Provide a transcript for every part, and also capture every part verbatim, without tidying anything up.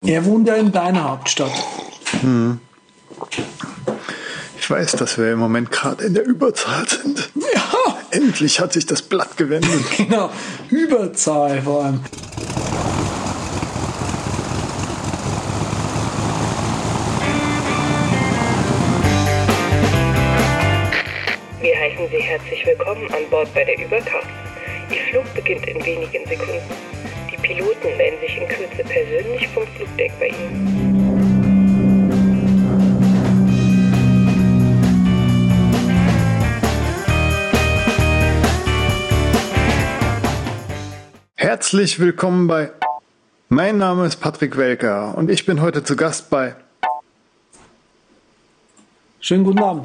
Er wohnt ja in deiner Hauptstadt. Hm. Ich weiß, dass wir im Moment gerade in der Überzahl sind. Ja. Endlich hat sich das Blatt gewendet. Genau, Überzahl vor allem. Wir heißen Sie herzlich willkommen an Bord bei der Übercast. Ihr Flug beginnt in wenigen Sekunden. Die Piloten melden sich in Kürze persönlich vom Flugdeck bei Ihnen. Herzlich willkommen bei... Mein Name ist Patrick Welker und ich bin heute zu Gast bei... Schönen guten Abend.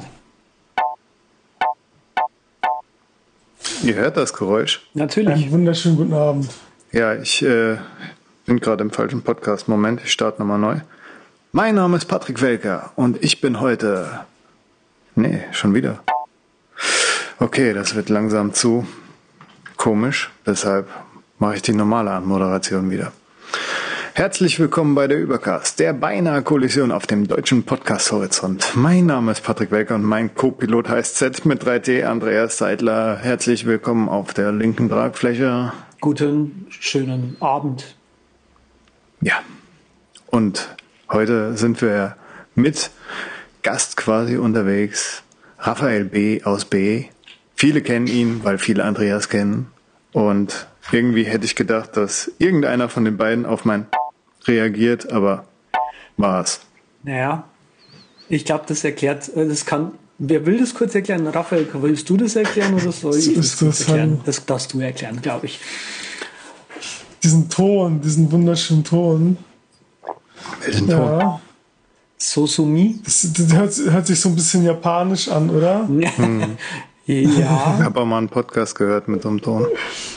Ihr hört das Geräusch? Natürlich. Einen wunderschönen guten Abend. Ja, ich äh, bin gerade im falschen Podcast. Moment, ich starte nochmal neu. Mein Name ist Patrick Welker und ich bin heute... Nee, schon wieder. Okay, das wird langsam zu komisch, deshalb mache ich die normale Anmoderation wieder. Herzlich willkommen bei der Übercast, der beinahe Kollision auf dem deutschen Podcast-Horizont. Mein Name ist Patrick Welker und mein Co-Pilot heißt Z mit drei T, Andreas Seidler. Herzlich willkommen auf der linken Tragfläche. Guten, schönen Abend. Ja, und heute sind wir mit Gast quasi unterwegs. Raphael B. aus B. Viele kennen ihn, weil viele Andreas kennen. Und irgendwie hätte ich gedacht, dass irgendeiner von den beiden auf mein reagiert, aber war es. Naja, ich glaube, das erklärt, das kann, wer will das kurz erklären? Raphael, willst du das erklären oder soll ich das kurz erklären? Das darfst du erklären, glaube ich. Diesen Ton, diesen wunderschönen Ton. Welchen Ton? Ja. Sosumi? Das, das hört, hört sich so ein bisschen japanisch an, oder? Hm. Ja. Ich habe auch mal einen Podcast gehört mit so einem Ton.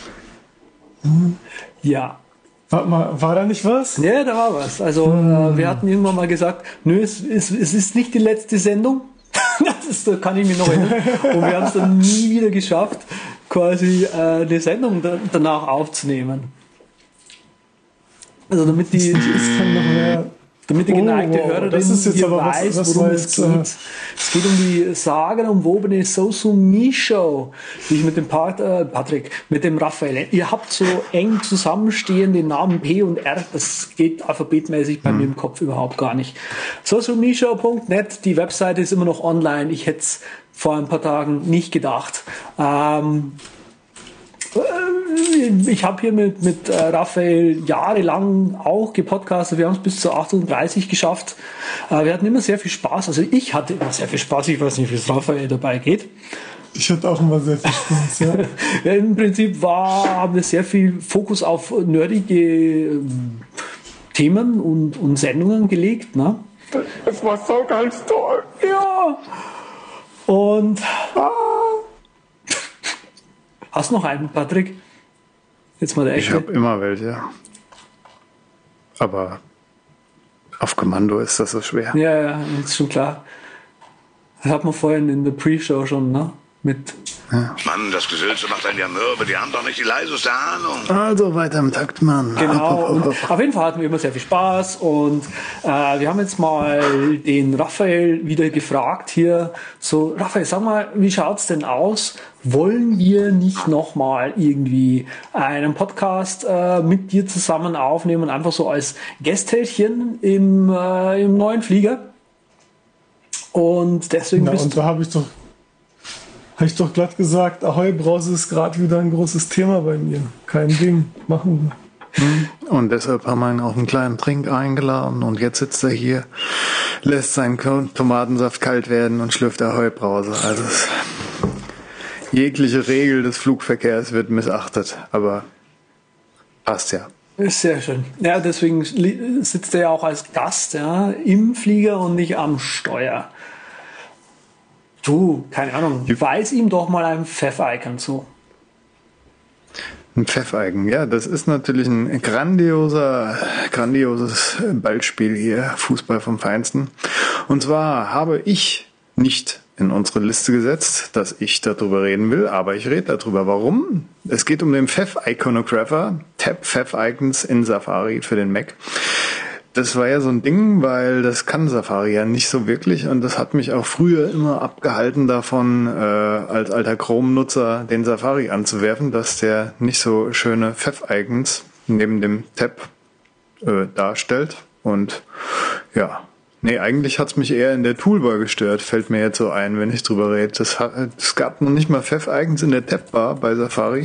Ja. Warte mal, war da nicht was? Ja, da war was. Also hm. äh, wir hatten irgendwann mal gesagt, nö, es, es, es ist nicht die letzte Sendung. Das ist, da kann ich mich noch erinnern. Und wir haben es dann nie wieder geschafft, quasi äh, eine Sendung da, danach aufzunehmen. Also damit die... Das kann noch mehr... Damit die geneigte oh, wow. Hörerin das ist jetzt hier aber weiß, was, was worum es es geht. Äh, es geht um die sagenumwobene Sosumi-Show, die ich mit dem Pat, äh, Patrick, mit dem Raphael. Ihr habt so eng zusammenstehende Namen P und R, das geht alphabetmäßig bei hm. mir im Kopf überhaupt gar nicht. sosumishow punkt net, die Webseite ist immer noch online. Ich hätte es vor ein paar Tagen nicht gedacht. Ähm, Ich habe hier mit, mit äh, Raphael jahrelang auch gepodcastet. Wir haben es bis zu achtunddreißig geschafft. Äh, wir hatten immer sehr viel Spaß. Also ich hatte immer sehr viel Spaß. Ich weiß nicht, wie es Raphael dabei geht. Ich hatte auch immer sehr viel Spaß, ja. Ja, im Prinzip war, haben wir sehr viel Fokus auf nerdige äh, Themen und, und Sendungen gelegt. Ne? Es war so ganz toll. Ja. Und... Ah. Hast du noch einen, Patrick? Jetzt mal der echte. Ich habe immer welche. Aber auf Kommando ist das so schwer. Ja, ja, ist schon klar. Das hat man vorhin in der Pre-Show schon, ne? Mit. Ja. Mann, das Gesülze macht einen ja mürbe. Die haben doch nicht die leiseste Ahnung. Also weiter im Takt, Mann. Genau. Und auf jeden Fall hatten wir immer sehr viel Spaß. Und äh, wir haben jetzt mal den Raphael wieder gefragt hier. So, Raphael, sag mal, wie schaut's denn aus? Wollen wir nicht nochmal irgendwie einen Podcast äh, mit dir zusammen aufnehmen, einfach so als Gästhältchen im, äh, im neuen Flieger? Und deswegen Na, bist und da habe ich doch habe ich doch glatt gesagt, Ahoi Brause ist gerade wieder ein großes Thema bei mir. Kein Ding, machen wir. Und deshalb haben wir ihn auf einen kleinen Trink eingeladen und jetzt sitzt er hier, lässt seinen Tomatensaft kalt werden und schlürft Ahoi Brause. Also es jegliche Regel des Flugverkehrs wird missachtet, aber passt ja. Ist sehr schön. Ja, deswegen sitzt er ja auch als Gast, ja, im Flieger und nicht am Steuer. Du, keine Ahnung, weis ihm doch mal ein Pfeffeiken zu. Ein Pfeffeiken, ja, das ist natürlich ein grandioser, grandioses Ballspiel hier, Fußball vom Feinsten. Und zwar habe ich nicht in unsere Liste gesetzt, dass ich darüber reden will, aber ich rede darüber. Warum? Es geht um den Pfeff Iconographer, Tab Pfeff Icons in Safari für den Mac. das war ja so ein Ding, weil das kann Safari ja nicht so wirklich und das hat mich auch früher immer abgehalten davon, äh, als alter Chrome-Nutzer den Safari anzuwerfen, dass der nicht so schöne Pfeff-Icons neben dem Tab äh, darstellt. Und ja, nee, eigentlich hat's mich eher in der Toolbar gestört, fällt mir jetzt so ein, wenn ich drüber rede. Das hat, es gab noch nicht mal Pfeff-Icons in der Tab-Bar bei Safari.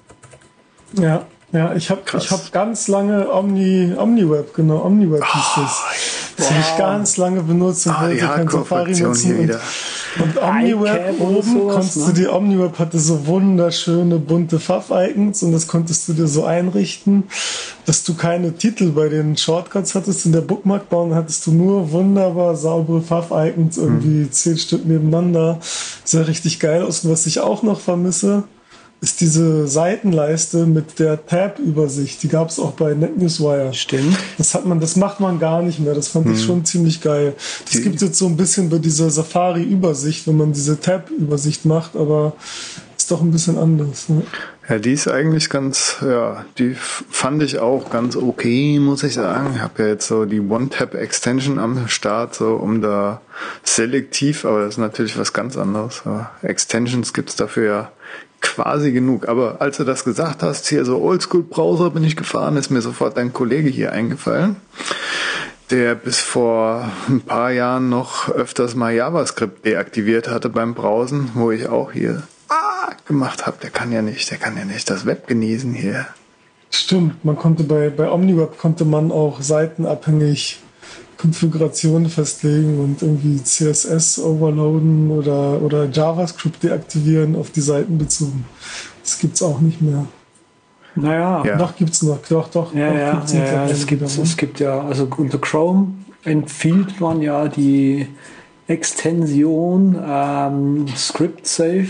Ja. Ja, ich habe ich hab ganz lange Omni, OmniWeb, genau, OmniWeb hieß das. Das habe ich ganz lange benutzt und Ah, wollte die kein Safari Hardcore-Fraktion nutzen. hier Und, wieder. und OmniWeb iCap oder oben sowas, konntest ne? du die, OmniWeb hatte so wunderschöne bunte Fav-Icons und das konntest du dir so einrichten, dass du keine Titel bei den Shortcuts hattest. In der Bookmark-Bar hattest du nur wunderbar saubere Fav-Icons, irgendwie hm. zehn Stück nebeneinander. Sah richtig geil aus. Und was ich auch noch vermisse, ist diese Seitenleiste mit der Tab-Übersicht. Die gab es auch bei NetNewsWire. Stimmt. Das hat man, das macht man gar nicht mehr. Das fand hm. ich schon ziemlich geil. Das gibt es jetzt so ein bisschen bei dieser Safari-Übersicht, wenn man diese Tab-Übersicht macht, aber ist doch ein bisschen anders. Ne? Ja, die ist eigentlich ganz, ja, die fand ich auch ganz okay, muss ich sagen. Ich habe ja jetzt so die One-Tab-Extension am Start, so um da selektiv, aber das ist natürlich was ganz anderes. Aber Extensions gibt's dafür ja quasi genug. Aber als du das gesagt hast, hier so Oldschool-Browser bin ich gefahren, ist mir sofort dein Kollege hier eingefallen, der bis vor ein paar Jahren noch öfters mal JavaScript deaktiviert hatte beim Browsen, wo ich auch hier ah, gemacht habe. Der kann ja nicht, der kann ja nicht das Web genießen hier. Stimmt, man konnte bei, bei OmniWeb konnte man auch seitenabhängig Konfigurationen festlegen und irgendwie C S S overloaden oder, oder JavaScript deaktivieren auf die Seiten bezogen. Das gibt's auch nicht mehr. Naja. Ja. Noch gibt's noch, doch, doch. Ja, doch, ja, gibt's ja, ja es, gibt, es gibt ja, also unter Chrome empfiehlt man ja die Extension ähm, Script Safe.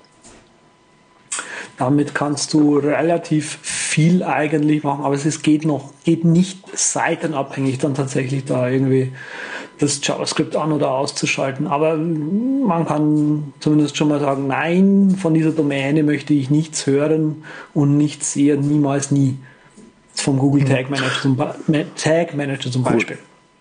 Damit kannst du relativ viel eigentlich machen, aber es ist, geht noch, geht nicht seitenabhängig dann tatsächlich da irgendwie das JavaScript an- oder auszuschalten. Aber man kann zumindest schon mal sagen, nein, von dieser Domäne möchte ich nichts hören und nichts sehen, niemals nie. Vom Google Tag Manager zum, ba- Tag Manager zum Beispiel.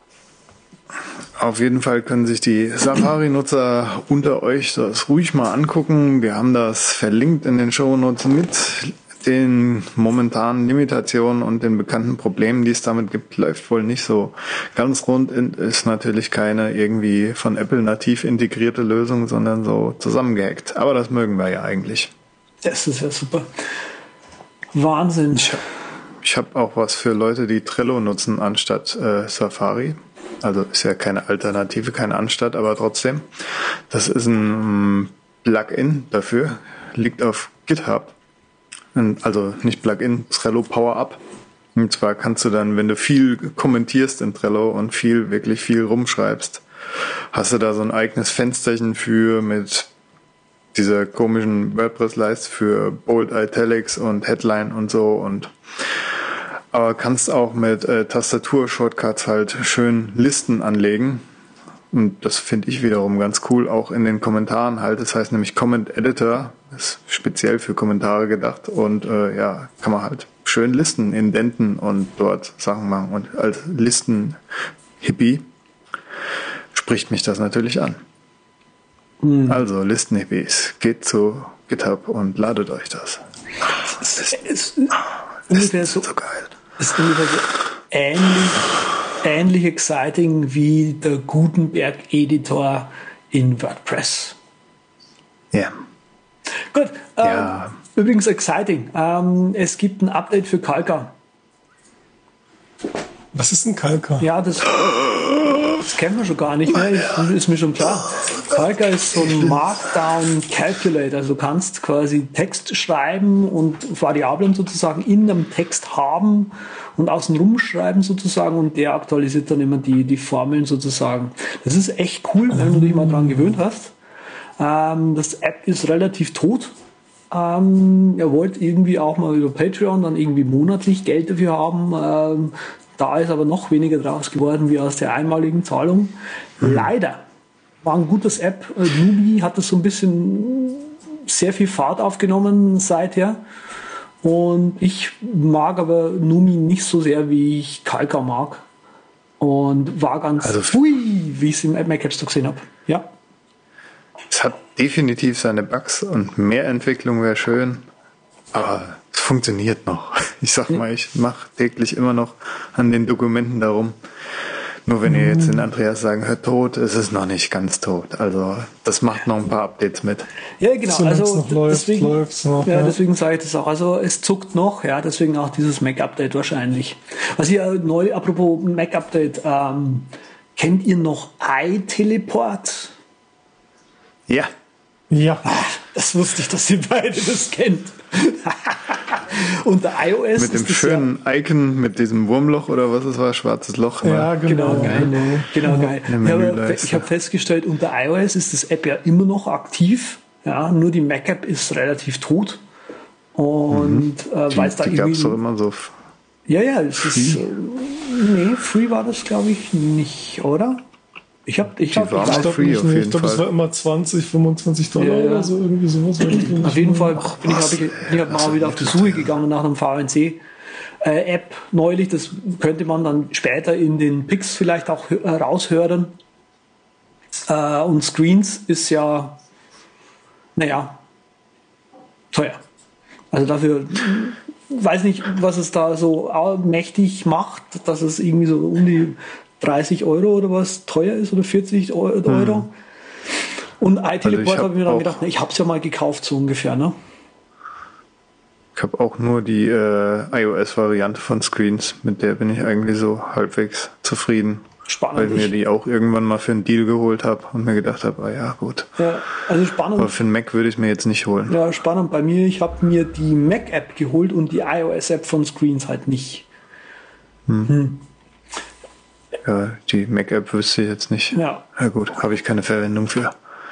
Auf jeden Fall können sich die Safari-Nutzer unter euch das ruhig mal angucken. Wir haben das verlinkt in den Shownotes mit den momentanen Limitationen und den bekannten Problemen, die es damit gibt. Läuft wohl nicht so ganz rund, ist natürlich keine irgendwie von Apple nativ integrierte Lösung, sondern so zusammengehackt. Aber das mögen wir ja eigentlich. Das ist ja super. Wahnsinn. Ich, ich habe auch was für Leute, die Trello nutzen anstatt äh, Safari. Also ist ja keine Alternative, keine Anstatt, aber trotzdem. Das ist ein Plugin dafür, liegt auf GitHub. Also nicht Plugin, Trello Power-Up. Und zwar kannst du dann, wenn du viel kommentierst in Trello und viel, wirklich viel rumschreibst, hast du da so ein eigenes Fensterchen für mit dieser komischen WordPress-Leiste für Bold Italics und Headline und so und aber kannst auch mit äh, Tastatur-Shortcuts halt schön Listen anlegen. Und das finde ich wiederum ganz cool, auch in den Kommentaren halt. Das heißt nämlich Comment Editor, ist speziell für Kommentare gedacht. Und äh, ja, kann man halt schön Listen indenten und dort Sachen machen. Und als Listen-Hippie spricht mich das natürlich an. Mhm. Also Listen-Hippies, geht zu GitHub und ladet euch das. Das ist, ist, ungefähr so, so geil. Ist ungefähr so ähnlich, ähnlich exciting wie der Gutenberg-Editor in WordPress. Ja. Gut. Ähm, ja. Übrigens exciting. Ähm, es gibt ein Update für Calca. Was ist ein Calca? Ja, das, das kennen wir schon gar nicht mehr. Das ist mir schon klar. Calca ist so ein Markdown Calculator. Also du kannst quasi Text schreiben und Variablen sozusagen in einem Text haben und außen rumschreiben sozusagen und der aktualisiert dann immer die, die Formeln sozusagen. Das ist echt cool, wenn du dich mal dran gewöhnt hast. Ähm, das App ist relativ tot. Ähm, ihr wollt irgendwie auch mal über Patreon dann irgendwie monatlich Geld dafür haben. Ähm, da ist aber noch weniger draus geworden wie aus der einmaligen Zahlung. Mhm. Leider war ein gutes App. Äh, Nubi hat das so ein bisschen sehr viel Fahrt aufgenommen seither. Und ich mag aber Numi nicht so sehr, wie ich Calca mag. Und war ganz Also- pfui, wie ich es im Mac App Store gesehen habe. Ja. Es hat definitiv seine Bugs und mehr Entwicklung wäre schön, aber es funktioniert noch. Ich sag mal, ich mache täglich immer noch an den Dokumenten darum. Nur wenn ihr jetzt den Andreas sagen hört, tot, ist es noch nicht ganz tot. Also das macht noch ein paar Updates mit. Ja, genau. Solange es Also noch läuft, deswegen, läuft's noch, ja, ja. deswegen sage ich das auch. Also es zuckt noch, ja, deswegen auch dieses Mac-Update wahrscheinlich. Was ihr neu, apropos Mac-Update, ähm, kennt ihr noch iTeleport? Ja, Ja. Das wusste ich, dass ihr beide das kennt. Unter iOS mit dem ist das schönen Icon, mit diesem Wurmloch oder was es war, schwarzes Loch. Ne? Ja, ja, genau, genau. geil. Genau, geil. Eine Ich habe, Menüleiste. ich habe festgestellt, unter iOS ist das App ja immer noch aktiv. Ja, nur die Mac-App ist relativ tot. Und äh, weil es da Die gab es doch irgendwie... immer so. Ja, ja, es ist... Äh, nee, Free war das, glaube ich, nicht, oder? Ich habe... Ich hab, war ich mal Ich weiß, glaube Free nicht, auf nee. jeden Ich glaube, es Fall. war immer zwanzig, fünfundzwanzig Dollar Ja, ja. oder so, irgendwie sowas. weiß ich nicht. auf jeden Fall bin ich, hab ich, bin ich hab mal wieder auf die Suche gegangen nach einem V N C. Äh, App neulich, das könnte man dann später in den Picks vielleicht auch hö- äh, raushören. Äh, und Screens ist ja, naja, teuer. Also dafür, mh, weiß nicht, was es da so au- mächtig macht, dass es irgendwie so um die dreißig Euro oder was teuer ist oder vierzig Eu- Euro. Und iTeleport Also ich hab habe ich mir dann auch- gedacht, na, ich habe es ja mal gekauft, so ungefähr, ne? Ich habe auch nur die äh, iOS-Variante von Screens, mit der bin ich eigentlich so halbwegs zufrieden. Spannend. Weil mir Ich- die auch irgendwann mal für einen Deal geholt habe und mir gedacht habe, ah ja gut. Ja, also spannend. Aber für einen Mac würde ich es mir jetzt nicht holen. Ja, spannend bei mir. Ich habe mir die Mac-App geholt und die iOS-App von Screens halt nicht. Ja, die Mac-App wüsste ich jetzt nicht. Ja. Ja gut, habe ich keine Verwendung für.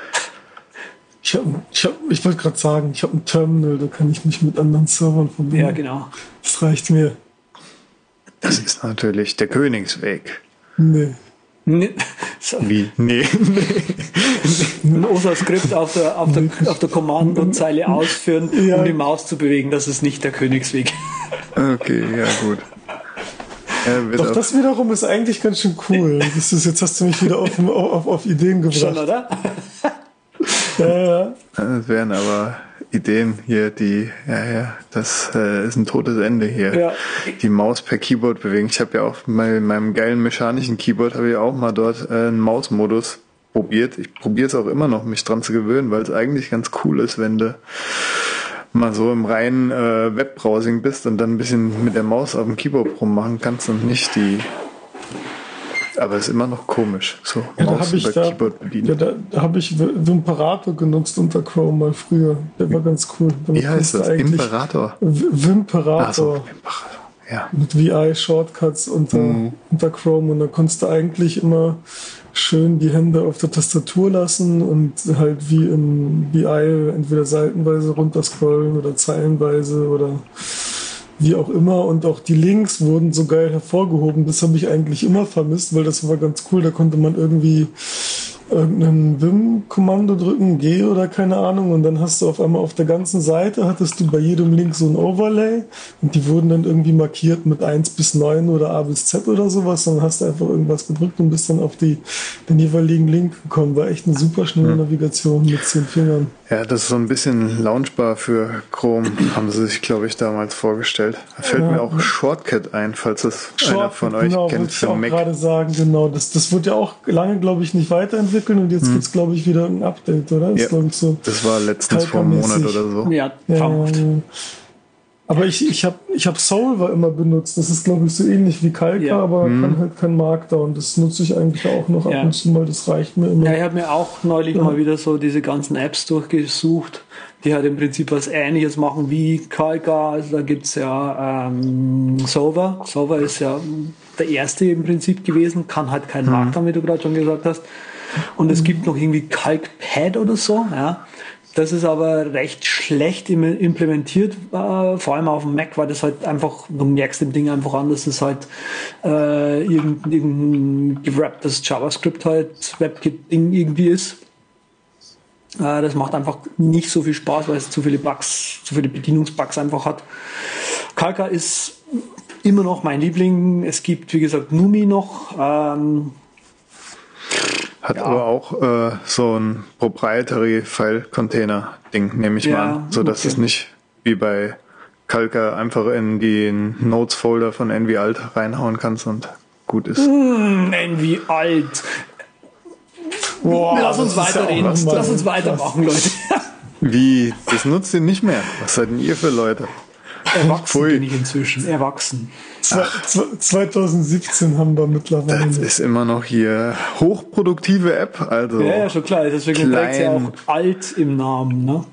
Ich, hab, ich, hab, ich wollte gerade sagen, ich habe ein Terminal, da kann ich mich mit anderen Servern verbinden. Ja, genau. Das reicht mir. Das ist natürlich der Königsweg. Nee. Ne- So, Wie? Nee. ein O S A-Skript auf der, auf der, auf der Kommandozeile ausführen, Ja. um die Maus zu bewegen. Das ist nicht der Königsweg. Okay, ja gut. Ja, wird Doch, auch- das wiederum ist eigentlich ganz schön cool. Das ist, jetzt hast du mich wieder auf, auf, auf Ideen Schon, gebracht. oder? Ja, ja. Das wären aber Ideen hier, die, ja, ja, das äh, ist ein totes Ende hier. Ja. Die Maus per Keyboard bewegen. Ich habe ja auch bei meinem geilen mechanischen Keyboard habe ich auch mal dort äh, einen Mausmodus probiert. Ich probiere es auch immer noch, mich dran zu gewöhnen, weil es eigentlich ganz cool ist, wenn du mal so im reinen äh, Webbrowsing bist und dann ein bisschen mit der Maus auf dem Keyboard rummachen kannst und nicht die. Aber es ist immer noch komisch, so Ja, da Maus habe ich, über da, Keyboard bedienen. ja, da, da hab ich Vimperator genutzt unter Chrome mal früher. Der war ganz cool. Damit Wie heißt konntest du das? eigentlich- Imperator. V- Vimperator. Ach so, Imperator. Ja. Mit V I-Shortcuts unter, Mhm. unter Chrome und da konntest du eigentlich immer schön die Hände auf der Tastatur lassen und halt wie in V I entweder seitenweise runterscrollen oder zeilenweise oder wie auch immer, und auch die Links wurden so geil hervorgehoben. Das habe ich eigentlich immer vermisst, weil das war ganz cool. Da konnte man irgendwie irgendein Vim-Kommando drücken, G oder keine Ahnung, und dann hast du auf einmal auf der ganzen Seite, hattest du bei jedem Link so ein Overlay und die wurden dann irgendwie markiert mit eins bis neun oder A bis Z oder sowas, und dann hast du einfach irgendwas gedrückt und bist dann auf die, den jeweiligen Link gekommen. War echt eine super schnelle Navigation mit zehn Fingern. Ja, das ist so ein bisschen Launchbar für Chrome, haben sie sich, glaube ich, damals vorgestellt. Da fällt Ja. mir auch Shortcut ein, falls es einer Shortcut, von euch genau, kennt wollte ich für auch Mac. gerade sagen, genau. Das, das wird ja auch lange, glaube ich, nicht weiterentwickelt und jetzt gibt's, glaube ich, wieder ein Update, oder? Ja. Ist, glaube ich, so. Das war letztens vor einem Monat Kalka-mäßig. oder so. Ja, Ja, traumhaft. ja. Aber ich, ich habe ich hab Solver immer benutzt. Das ist, glaube ich, so ähnlich wie Kalka, Ja. aber kann halt kein Markdown. Das nutze ich eigentlich auch noch Ja. ab und zu mal. Das reicht mir immer. Ja, ich habe mir auch neulich Ja. mal wieder so diese ganzen Apps durchgesucht, die halt im Prinzip was Ähnliches machen wie Kalka. Also da gibt's ja ähm, Solver. Solver ist ja der erste im Prinzip gewesen, kann halt kein Markdown, wie du gerade schon gesagt hast. Und es gibt noch irgendwie CalcPad oder so, ja. Das ist aber recht schlecht im- implementiert, äh, vor allem auf dem Mac, weil das halt einfach, du merkst dem Ding einfach an, dass es halt äh, irgendein, irgendein gewrapptes JavaScript halt, WebKit-Ding irgendwie ist. Äh, das macht einfach nicht so viel Spaß, weil es zu viele Bugs, zu viele Bedienungsbugs einfach hat. Kalka ist immer noch mein Liebling. Es gibt, wie gesagt, Numi noch. Ähm, Hat ja. aber auch äh, so ein Proprietary File Container Ding, nehme ich Ja, mal an, so dass okay. es nicht wie bei Kalka einfach in den Notes Folder von Envy Alt reinhauen kannst und gut ist. Nein, wie alt. Boah, Lass uns das ist ja auch weiterreden. noch mal Lass uns krass. weitermachen, Leute. Wie? Das nutzt ihr nicht mehr. Was seid denn ihr für Leute? Erwachsen Pfui. bin ich inzwischen. Erwachsen. Zwei- zwei- zwanzig siebzehn haben wir mittlerweile. Das ist immer noch hier hochproduktive App, also Ja, ja, schon klar. Deswegen Klein. trägt sie ja auch alt im Namen. Ne?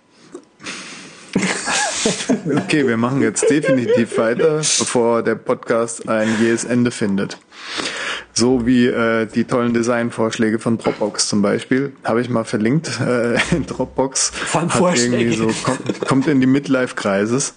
okay, wir machen jetzt definitiv weiter, bevor der Podcast ein jähes Ende findet. So wie äh, die tollen Designvorschläge von Dropbox zum Beispiel, habe ich mal verlinkt. Äh, Dropbox Vor allem hat Vorschläge. irgendwie so, kommt, kommt in die Midlife-Kreises.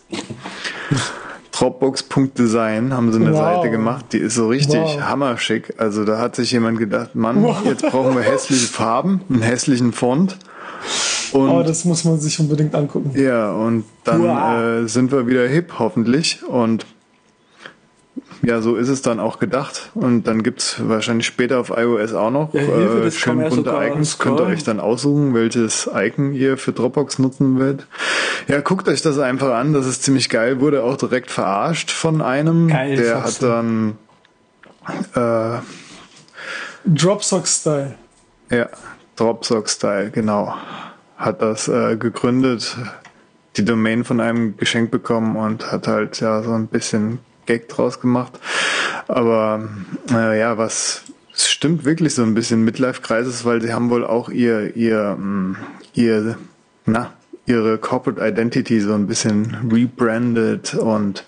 Dropbox Punkt Design haben sie eine Wow. Seite gemacht, die ist so richtig Wow. hammerschick. Also da hat sich jemand gedacht, Mann, Wow. jetzt brauchen wir hässliche Farben, einen hässlichen Font. Und Oh, das muss man sich unbedingt angucken. ja, und dann Wow. äh, sind wir wieder hip, hoffentlich. Und ja, so ist es dann auch gedacht. Und dann gibt's wahrscheinlich später auf iOS auch noch Ja, hier für äh, das kann schön man ja bunte sogar Icons. Könnt ihr scrollen. euch dann aussuchen, welches Icon ihr für Dropbox nutzen wollt. Ja, guckt euch das einfach an. Das ist ziemlich geil. Wurde auch direkt verarscht von einem. Geil, Der sagst hat dann äh, Dropsock-Style. ja, Dropsock-Style, genau. Hat das äh, gegründet, die Domain von einem geschenkt bekommen und hat halt ja so ein bisschen Gag draus gemacht. Aber äh, ja, was es stimmt wirklich so ein bisschen Midlife-Kreises, weil sie haben wohl auch ihr, ihr, mh, ihr, na, ihre Corporate Identity so ein bisschen rebrandet und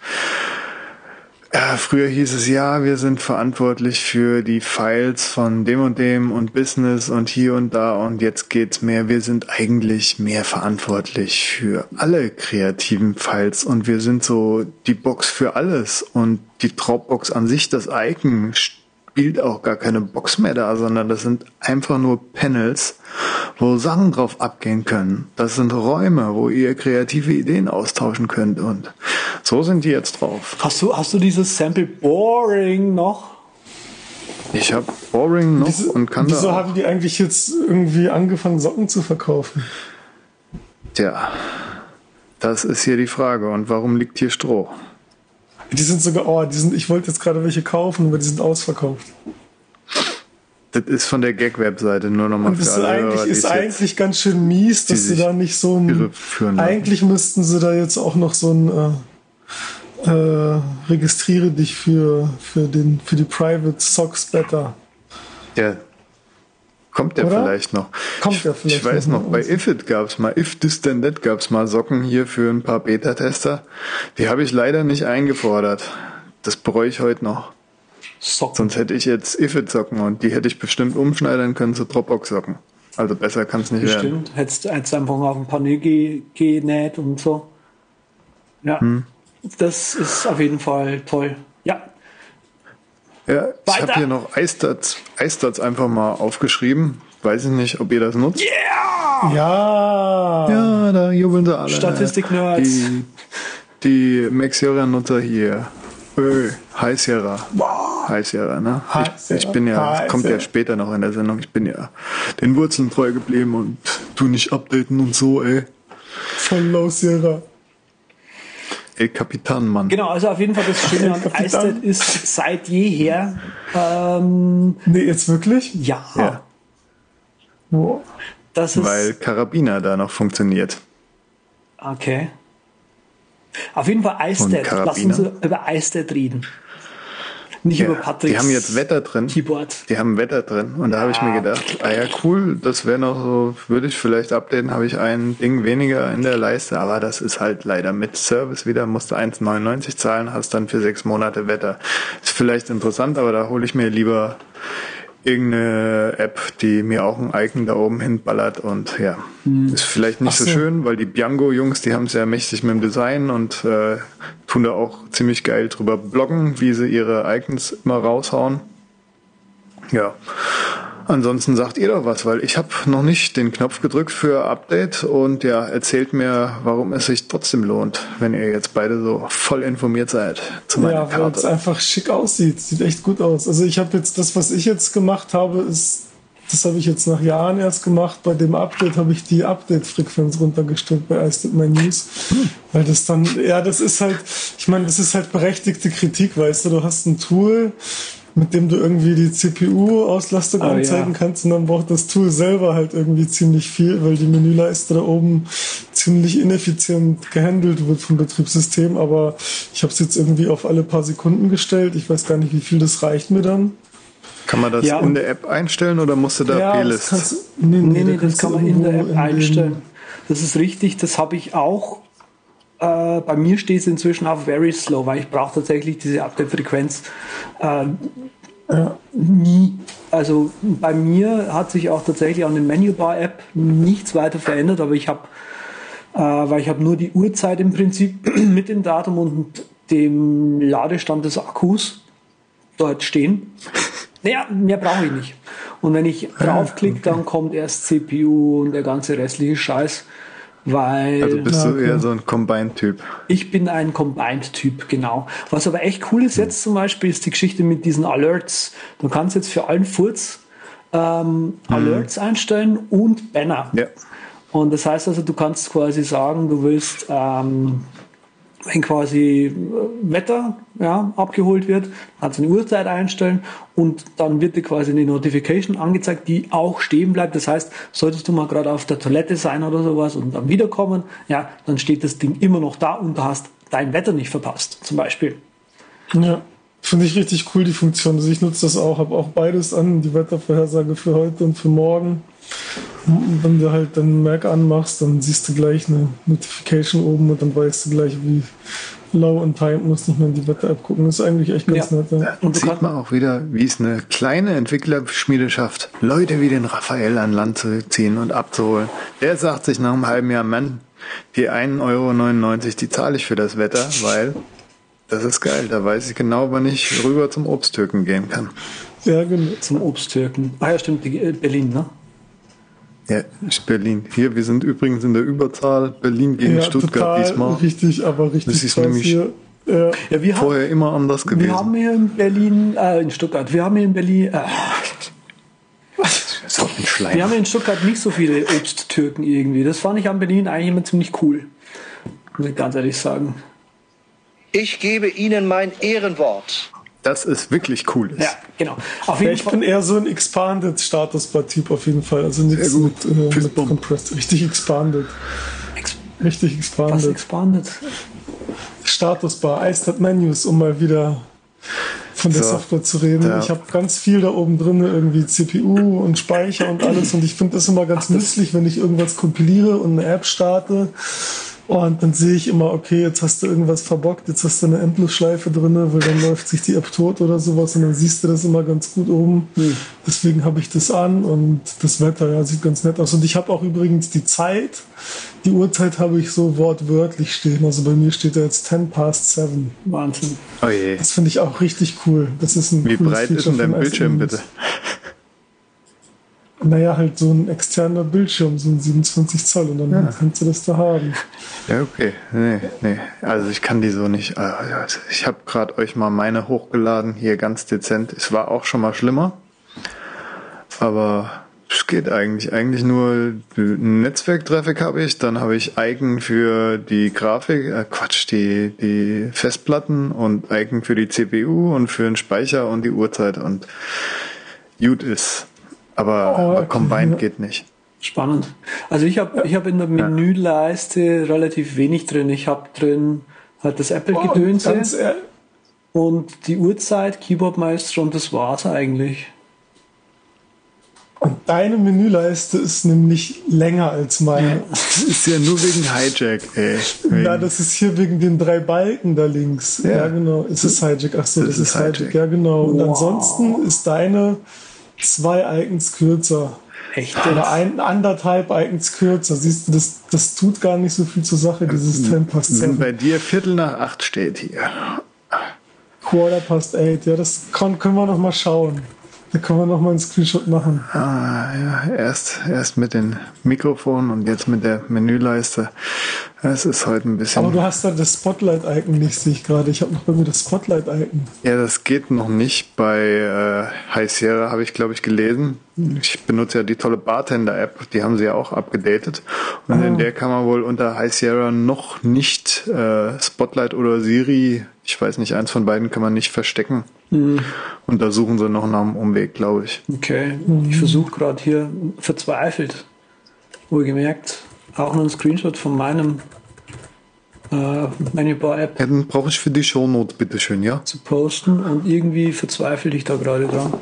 ja, früher hieß es, ja, wir sind verantwortlich für die Files von dem und dem und Business und hier und da und jetzt geht's mehr, wir sind eigentlich mehr verantwortlich für alle kreativen Files und wir sind so die Box für alles und die Dropbox an sich, das Icon spielt auch gar keine Box mehr da, sondern das sind einfach nur Panels, wo Sachen drauf abgehen können. Das sind Räume, wo ihr kreative Ideen austauschen könnt und so sind die jetzt drauf. Hast du, hast du dieses Sample Boring noch? Ich habe Boring noch Wieso, und kann wieso da auch. haben die eigentlich jetzt irgendwie angefangen, Socken zu verkaufen? Tja, das ist hier die Frage. Und warum liegt hier Stroh? Die sind sogar, oh, die sind, ich wollte jetzt gerade welche kaufen, aber die sind ausverkauft. Das ist von der Gag-Webseite nur nochmal Und für das ist alle eigentlich, Hörer, die ist es jetzt eigentlich ganz schön mies, dass die sie sich da nicht so ein. irreführen lassen. Eigentlich müssten sie da jetzt auch noch so ein äh, äh, registriere dich für, für, den, für die Private Socks Better. Der kommt der Oder? vielleicht noch. Kommt der ich, vielleicht ich weiß noch noch, mal. bei Ifit gab's mal, If This Then That gab's mal Socken hier für ein paar Beta-Tester. Die habe ich leider nicht eingefordert. Das bereue ich heute noch. Socken. Sonst hätte ich jetzt Ifit-Socken und die hätte ich bestimmt umschneidern können zu Dropbox-Socken. Also besser kann es nicht werden. Bestimmt. Hättest hättest einfach auf ein Panel ge, genäht und so. Ja. Hm. Das ist auf jeden Fall toll. Ja. Ja, ich Weiter. habe hier noch iStats, iStats einfach mal aufgeschrieben. Weiß ich nicht, ob ihr das nutzt. Yeah! Ja! Ja, da jubeln sie alle. Statistik-Nerds. Die, die Mac Sierra-Nutzer hier. Öh, Hi Sierra. Hi Sierra, ne? Hi Ich, ich bin ja, Sierra. das kommt Hi ja später noch in der Sendung, ich bin ja den Wurzeln treu geblieben und tu nicht updaten und so, ey. Von Low Sierra. Ey, Kapitan, Mann. Genau, also auf jeden Fall das Schöne an Kapitan. iStat ist seit jeher, ähm, Nee, jetzt wirklich? ja, Ja, Wow. das ist, weil Karabiner da noch funktioniert. okay. Auf jeden Fall iStat. Karabiner. Lass uns über iStat reden. Nicht Ja, über Patricks die haben jetzt Wetter drin. Keyboard. Die haben Wetter drin. Und da habe ich mir gedacht, ah ja, cool, das wäre noch so, würde ich vielleicht updaten, habe ich ein Ding weniger in der Leiste, aber das ist halt leider mit Service wieder, musst du eins neunundneunzig zahlen, hast dann für sechs Monate Wetter. Ist vielleicht interessant, aber da hole ich mir lieber irgendeine App, die mir auch ein Icon da oben hinballert und ja, ist vielleicht nicht Ach so so. schön, weil die Biango-Jungs, die haben es ja mächtig mit dem Design und äh, tun da auch ziemlich geil drüber bloggen, wie sie ihre Icons immer raushauen. Ja, Ansonsten sagt ihr doch was, weil ich habe noch nicht den Knopf gedrückt für Update und ja, erzählt mir, warum es sich trotzdem lohnt, wenn ihr jetzt beide so voll informiert seid zu meiner Ja, weil Karte. es einfach schick aussieht. Sieht echt gut aus. Also ich habe jetzt, das, was ich jetzt gemacht habe, ist, das habe ich jetzt nach Jahren erst gemacht. Bei dem Update habe ich die Update-Frequenz runtergestellt bei iStepMyNews. Hm. Weil das dann, ja, das ist halt, ich meine, das ist halt berechtigte Kritik, weißt du, du hast ein Tool, mit dem du irgendwie die C P U-Auslastung oh, anzeigen ja. kannst, und dann braucht das Tool selber halt irgendwie ziemlich viel, weil die Menüleiste da oben ziemlich ineffizient gehandelt wird vom Betriebssystem. Aber ich habe es jetzt irgendwie auf alle paar Sekunden gestellt. Ich weiß gar nicht, wie viel das reicht mir dann. Kann man das Ja, in der App einstellen oder musst du da Ja, das Playlist? kannst du, nee, nee, Nee, nee, da das kannst kann du man in der irgendwo App in den- einstellen. Das ist richtig, das habe ich auch. Äh, bei mir steht es inzwischen auf very slow, weil ich brauche tatsächlich diese Update-Frequenz äh, Ja. nie. Also bei mir hat sich auch tatsächlich an den Menubar-App nichts weiter verändert, aber ich habe, äh, weil ich habe nur die Uhrzeit im Prinzip mit dem Datum und dem Ladestand des Akkus dort stehen. Naja, mehr brauche ich nicht. Und wenn ich draufklicke, dann kommt erst C P U und der ganze restliche Scheiß, weil Also bist Ja, du okay. eher so ein Combined-Typ. ich bin ein Combined-Typ, genau. Was aber echt cool ist jetzt zum Beispiel, ist die Geschichte mit diesen Alerts. Du kannst jetzt für allen Furz ähm, Alerts einstellen und Banner. Ja. Und das heißt also, du kannst quasi sagen, du willst, ähm, wenn quasi äh, Wetter ja, abgeholt wird, kannst du eine Uhrzeit einstellen und dann wird dir quasi eine Notification angezeigt, die auch stehen bleibt. Das heißt, solltest du mal gerade auf der Toilette sein oder sowas und dann wiederkommen, ja, dann steht das Ding immer noch da und du hast dein Wetter nicht verpasst, zum Beispiel. Ja, finde ich richtig cool, die Funktion. Also ich nutze das auch, habe auch beides an, die Wettervorhersage für heute und für morgen. Und wenn du halt dann Mac anmachst, dann siehst du gleich eine Notification oben und dann weißt du gleich, wie low und time, musst nicht mehr in die Wetter-App gucken. Das ist eigentlich echt ganz Ja. nett. Ja. Und Und du sieht kannst- man auch wieder, wie es eine kleine Entwicklerschmiede schafft, Leute wie den Raphael an Land zu ziehen und abzuholen. Der sagt sich nach einem halben Jahr, Mann, die ein Euro neunundneunzig, die zahle ich für das Wetter, weil das ist geil. Da weiß ich genau, wann ich rüber zum Obsttürken gehen kann. Ja, genau. Zum Obsttürken. Ah ja, stimmt, die, äh, Berlin, ne? Ja, ist Berlin. Hier, wir sind übrigens in der Überzahl. Berlin gegen Ja, Stuttgart total diesmal. richtig, aber richtig Das ist krass nämlich hier. Ja. Ja, wir haben, Vorher immer anders wir haben gewesen. hier in Berlin, äh, in Stuttgart, wir haben hier in Berlin, äh, So ein Schleim. wir haben hier in Stuttgart nicht so viele Obsttürken irgendwie. Das fand ich an Berlin eigentlich immer ziemlich cool. Muss ich ganz ehrlich sagen. Ich gebe Ihnen mein Ehrenwort. Das ist wirklich cool. Ja, genau. Auf Ja, jeden ich Fall. bin eher so ein Expanded Statusbar-Typ auf jeden Fall. Also nichts Sehr mit, gut. äh, mit Fistbump. Compressed. Richtig Expanded. Ex- Richtig Was Expanded. expanded? Statusbar, iStepMyNews, um mal wieder von der So, Software zu reden. ja. Ich habe ganz viel da oben drin, irgendwie C P U und Speicher und alles. Und ich finde das immer ganz nützlich, wenn ich irgendwas kompiliere und eine App starte. Und dann sehe ich immer, okay, jetzt hast du irgendwas verbockt, jetzt hast du eine Endlosschleife drin, weil dann läuft sich die App tot oder sowas und dann siehst du das immer ganz gut oben. Deswegen habe ich das an und das Wetter, ja, sieht ganz nett aus. Und ich habe auch übrigens die Zeit, die Uhrzeit habe ich so wortwörtlich stehen. Also bei mir steht da jetzt ten past seven. Wahnsinn. Oh je. Das finde ich auch richtig cool. Das ist ein Wie cooles breit ist Feature denn dein von Bildschirm iStepMyNews. bitte? Naja, halt so ein externer Bildschirm, so ein siebenundzwanzig Zoll und dann kannst du das da haben. Ja, okay. Nee, nee. Also ich kann die so nicht. Also ich habe gerade euch mal meine hochgeladen, hier ganz dezent. Es war auch schon mal schlimmer. Aber es geht eigentlich. Eigentlich nur Netzwerktraffic habe ich, dann habe ich Icon für die Grafik, äh Quatsch, die, die Festplatten und Icon für die C P U und für den Speicher und die Uhrzeit und gut ist. Aber, Oh, aber okay, Combined ja. geht nicht. Spannend. Also ich habe ich hab in der Menüleiste relativ wenig drin. Ich habe drin halt das Oh, Apple-Gedönse ganz ehr- und die Uhrzeit, Keyboard-Maestro und das war's eigentlich. Und deine Menüleiste ist nämlich länger als meine. Das ist ja nur wegen Hijack, ey. Wegen, Ja, das ist hier wegen den drei Balken da links. Ja, Ja. genau. Ist es Hijack? Ach so, Das das, ist ist Hijack. Hijack. Ja, genau. Und Wow. ansonsten ist deine zwei Icons kürzer. Echt Oder jetzt? ein, anderthalb Icons kürzer. Siehst du, das, das tut gar nicht so viel zur Sache, dieses ten past wenn seven. bei dir Viertel nach acht steht hier. Quarter past eight. Ja, das kann, können wir noch mal schauen. Da können wir nochmal einen Screenshot machen. Ah, ja, erst, erst mit den Mikrofonen und jetzt mit der Menüleiste. Es ist heute ein bisschen... Aber du hast da das Spotlight-Icon nicht, sehe ich gerade. Ich habe noch bei mir das Spotlight-Icon. Ja, das geht noch nicht. Bei äh, High Sierra habe ich, glaube ich, gelesen. Ich benutze ja die tolle Bartender-App. Die haben sie ja auch abgedatet. Und ah. in der kann man wohl unter High Sierra noch nicht äh, Spotlight oder Siri, ich weiß nicht, eins von beiden kann man nicht verstecken. Mhm. Und da suchen sie noch nach einem Umweg, glaube ich. Okay, ich versuche gerade hier verzweifelt, wohlgemerkt, auch noch einen Screenshot von meinem äh, Menübar-App ja, dann brauche ich für die Shownotes, bitteschön, ja? zu posten und irgendwie verzweifle ich da gerade dran.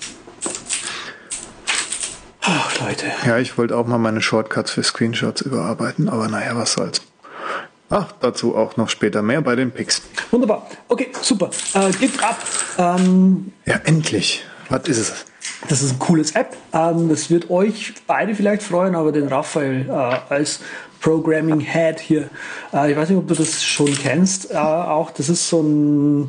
Ach, Leute. Ja, ich wollte auch mal meine Shortcuts für Screenshots überarbeiten, aber naja, was soll's. Ach, dazu auch noch später mehr bei den Picks. Wunderbar. Okay, super. Äh, Gift ab. Ähm, ja, endlich. Was ist es? Das ist ein cooles App. Ähm, das wird euch beide vielleicht freuen, aber den Raphael äh, als Programming Head hier. Äh, ich weiß nicht, ob du das schon kennst. Äh, auch das ist so ein...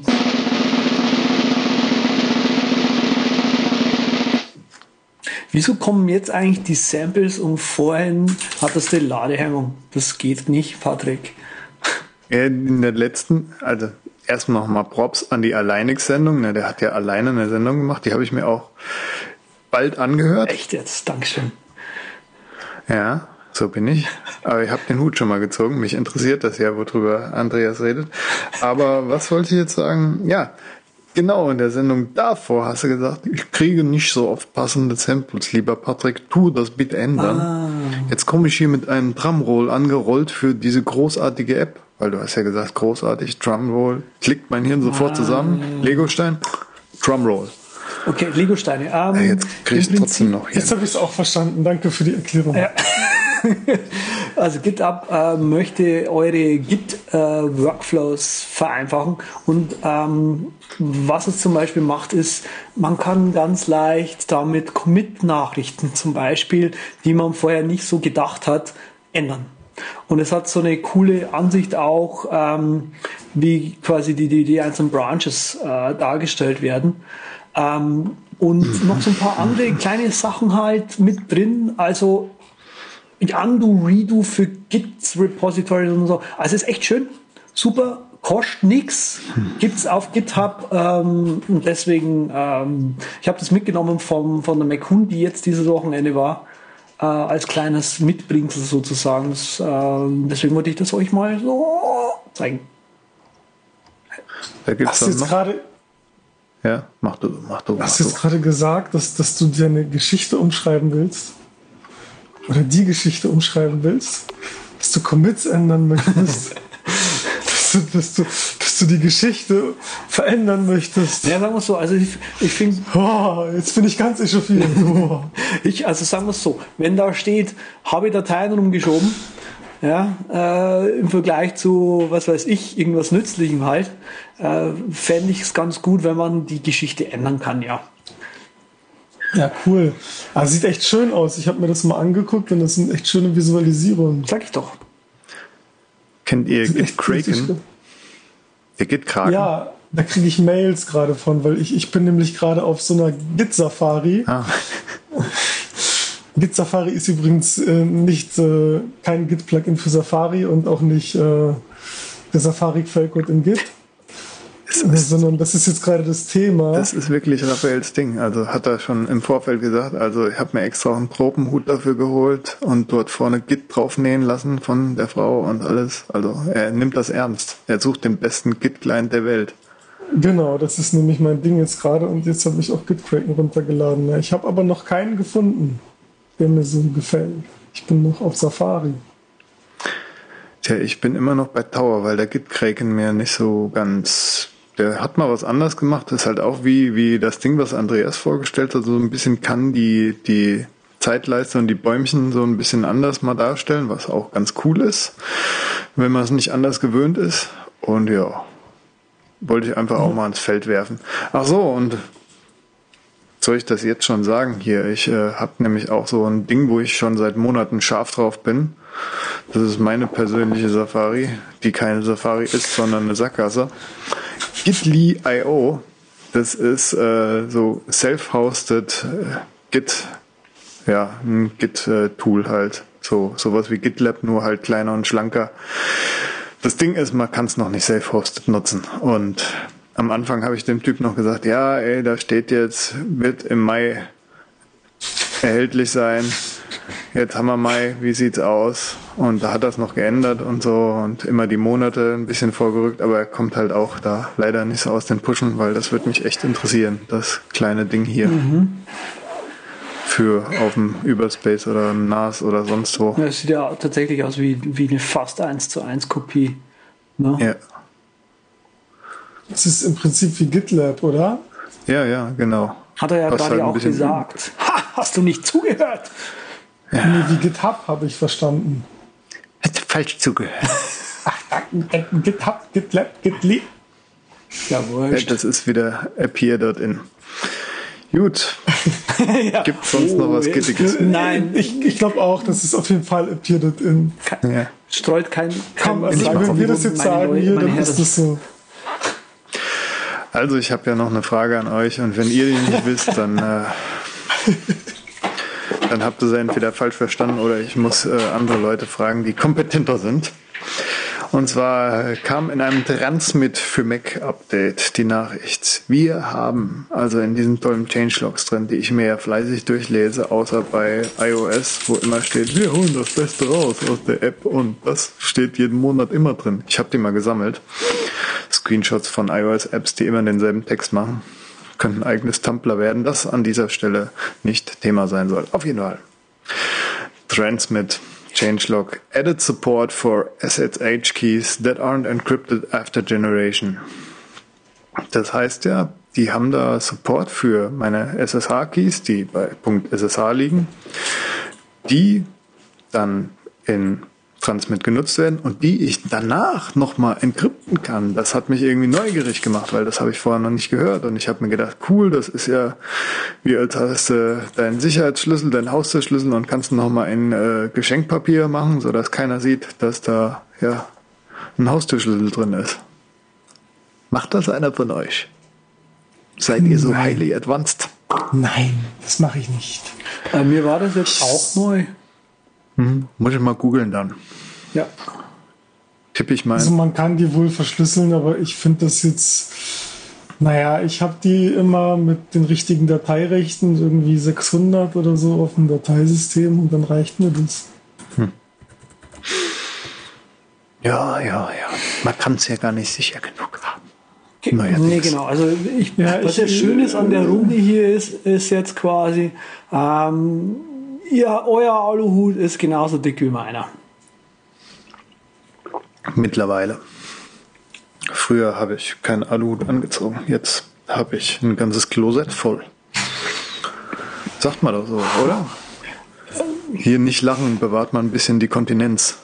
Wieso kommen jetzt eigentlich die Samples und vorhin hat das die Ladehemmung? Das geht nicht, Patrick. In der letzten, also erstmal nochmal Props an die Alleinig-Sendung. Ne, der hat ja alleine eine Sendung gemacht, die habe ich mir auch bald angehört. Echt jetzt? Dankeschön. Ja, so bin ich. Aber ich habe den Hut schon mal gezogen. Mich interessiert das ja, worüber Andreas redet. Aber was wollte ich jetzt sagen? Ja, genau, in der Sendung davor hast du gesagt, ich kriege nicht so oft passende Samples. Lieber Patrick, tu das bitte ändern. Ah. Jetzt komme ich hier mit einem Drumroll angerollt für diese großartige App. Weil du hast ja gesagt, großartig, Drumroll. Klickt mein Hirn sofort ah. zusammen. Legostein, Drumroll. Okay, Legosteine. Um, ja, jetzt krieg ich trotzdem noch hin. Jetzt habe ich es auch verstanden. Danke für die Erklärung. Ja. Also GitHub äh, möchte eure Git-Workflows äh, vereinfachen und ähm, was es zum Beispiel macht, ist, man kann ganz leicht damit Commit-Nachrichten zum Beispiel, die man vorher nicht so gedacht hat, ändern. Und es hat so eine coole Ansicht auch, ähm, wie quasi die, die, die einzelnen Branches äh, dargestellt werden. Ähm, und noch so ein paar andere kleine Sachen halt mit drin, also Undo, Redo für Git-Repositories und so. Also ist echt schön, super, kostet nichts, gibt's auf GitHub ähm, und deswegen, ähm, ich habe das mitgenommen vom, von der McCoon, die jetzt dieses Wochenende war, äh, als kleines Mitbringsel sozusagen. Das, äh, deswegen wollte ich das euch mal so zeigen. Da gibt's Hast du jetzt noch? gerade Ja, mach du, mach du. Hast du jetzt gerade gesagt, dass, dass du dir eine Geschichte umschreiben willst? Oder die Geschichte umschreiben willst? Dass du Commits ändern möchtest? dass, du, dass, du, dass du die Geschichte verändern möchtest? Ja, sagen wir es so. Also ich, ich finde... Oh, jetzt bin ich ganz echauffiert. Oh. ich, also sagen wir es so. Wenn da steht, habe Dateien rumgeschoben, ja, äh, im Vergleich zu, was weiß ich, irgendwas Nützlichem halt, äh, fände ich es ganz gut, wenn man die Geschichte ändern kann, ja. Ja, cool. Ah, sieht echt schön aus. Ich habe mir das mal angeguckt und das sind echt schöne Visualisierungen. Sag ich doch. Kennt ihr Gitkraken? Der Gitkraken? Ja, da kriege ich Mails gerade von, weil ich, ich bin nämlich gerade auf so einer Git-Safari. Ah. Git-Safari ist übrigens äh, nicht äh, kein Git-Plugin für Safari und auch nicht äh, der Safari-Quellcode in Git. Ist, sondern das ist jetzt gerade das Thema. Das ist wirklich Raphaels Ding. Also hat er schon im Vorfeld gesagt, also ich habe mir extra einen Tropenhut dafür geholt und dort vorne Git draufnähen lassen von der Frau und alles. Also er nimmt das ernst. Er sucht den besten Git-Client der Welt. Genau, das ist nämlich mein Ding jetzt gerade und jetzt habe ich auch Gitkraken runtergeladen. Ich habe aber noch keinen gefunden, der mir so gefällt. Ich bin noch auf Safari. Tja, ich bin immer noch bei Tower, weil der Gitkraken mir nicht so ganz... Der hat mal was anderes gemacht. Das ist halt auch wie, wie das Ding, was Andreas vorgestellt hat. So ein bisschen kann die, die Zeitleiste und die Bäumchen so ein bisschen anders mal darstellen, was auch ganz cool ist, wenn man es nicht anders gewöhnt ist. Und ja, wollte ich einfach auch mal ins Feld werfen. Ach so, und soll ich das jetzt schon sagen hier? Ich äh, habe nämlich auch so ein Ding, wo ich schon seit Monaten scharf drauf bin. Das ist meine persönliche Safari, die keine Safari ist, sondern eine Sackgasse. Gitly Punkt io, Das ist äh, so self-hosted äh, Git, ja, ein Git-Tool halt. So sowas wie GitLab, nur halt kleiner und schlanker. Das Ding ist, man kann es noch nicht self-hosted nutzen. Und am Anfang habe ich dem Typ noch gesagt, ja, ey, da steht jetzt, wird im Mai erhältlich sein. Jetzt haben wir Mai, wie sieht's aus? Und da hat das noch geändert und so und immer die Monate ein bisschen vorgerückt, aber er kommt halt auch da leider nicht so aus den Pushen, weil das würde mich echt interessieren, das kleine Ding hier. Mhm. Für auf dem Überspace oder im N A S oder sonst wo. Ja, es sieht ja tatsächlich aus wie, wie eine fast eins zu eins Kopie. Ne? Ja. Das ist im Prinzip wie GitLab, oder? Ja, ja, genau. Hat er ja Was gerade halt ein auch bisschen- gesagt. Ha, hast du nicht zugehört? Ja. Nee, wie GitHub habe ich verstanden. Hätte falsch zugehört. GitHub, GitLab, GitLib. Ja, Ja, wurscht. das ist wieder appear.in. Gut. Ja. Gibt sonst noch was Oh, Gittiges? Nein, Ich, ich glaube auch, das ist auf jeden Fall appeared in. Ja. streut kein... Komm, kein also ich wenn mal wir das jetzt meine sagen Leute, hier, meine dann ist Herren. das so. Also ich habe ja noch eine Frage an euch und wenn ihr die nicht wisst, dann, äh, dann habt ihr sie entweder falsch verstanden oder ich muss äh, andere Leute fragen, die kompetenter sind. Und zwar äh, kam in einem Transmit für Mac Update die Nachricht, wir haben also in diesen tollen Changelogs drin, die ich mir ja fleißig durchlese, außer bei iOS, wo immer steht, wir holen das Beste raus aus der App und das steht jeden Monat immer drin. Ich habe die mal gesammelt. Screenshots von iOS-Apps, die immer denselben Text machen. Könnten ein eigenes Tumblr werden, das an dieser Stelle nicht Thema sein soll. Auf jeden Fall. Transmit, Changelog, added support for S S H keys that aren't encrypted after generation. Das heißt ja, die haben da Support für meine S S H-Keys, die bei .ssh liegen, die dann in Transmit genutzt werden und die ich danach nochmal encrypten kann. Das hat mich irgendwie neugierig gemacht, weil das habe ich vorher noch nicht gehört und ich habe mir gedacht, cool, das ist ja wie als hast du deinen Sicherheitsschlüssel, deinen Haustürschlüssel und kannst nochmal in äh, Geschenkpapier machen, sodass keiner sieht, dass da ja ein Haustürschlüssel drin ist. Macht das einer von euch? Seid ihr so Nein. highly advanced? Nein, das mache ich nicht. Äh, mir war das jetzt auch neu. Mhm. Muss ich mal googeln dann. Ja. Tippe ich mal. Also man kann die wohl verschlüsseln, aber ich finde das jetzt, naja, ich habe die immer mit den richtigen Dateirechten, irgendwie sechshundert oder so auf dem Dateisystem und dann reicht mir das. Ja, ja, ja. Man kann es ja gar nicht sicher genug haben. Ge- Neuerdings. Nee, genau. Also ich, Ja, was ich- ja schön ist an der Runde hier ist, ist jetzt quasi, ähm, ihr, euer Aluhut ist genauso dick wie meiner. Mittlerweile. Früher habe ich keinen Aluhut angezogen. Jetzt habe ich ein ganzes Klosett voll. Sagt man doch so, oder? Hier nicht lachen, bewahrt man ein bisschen die Kontinenz.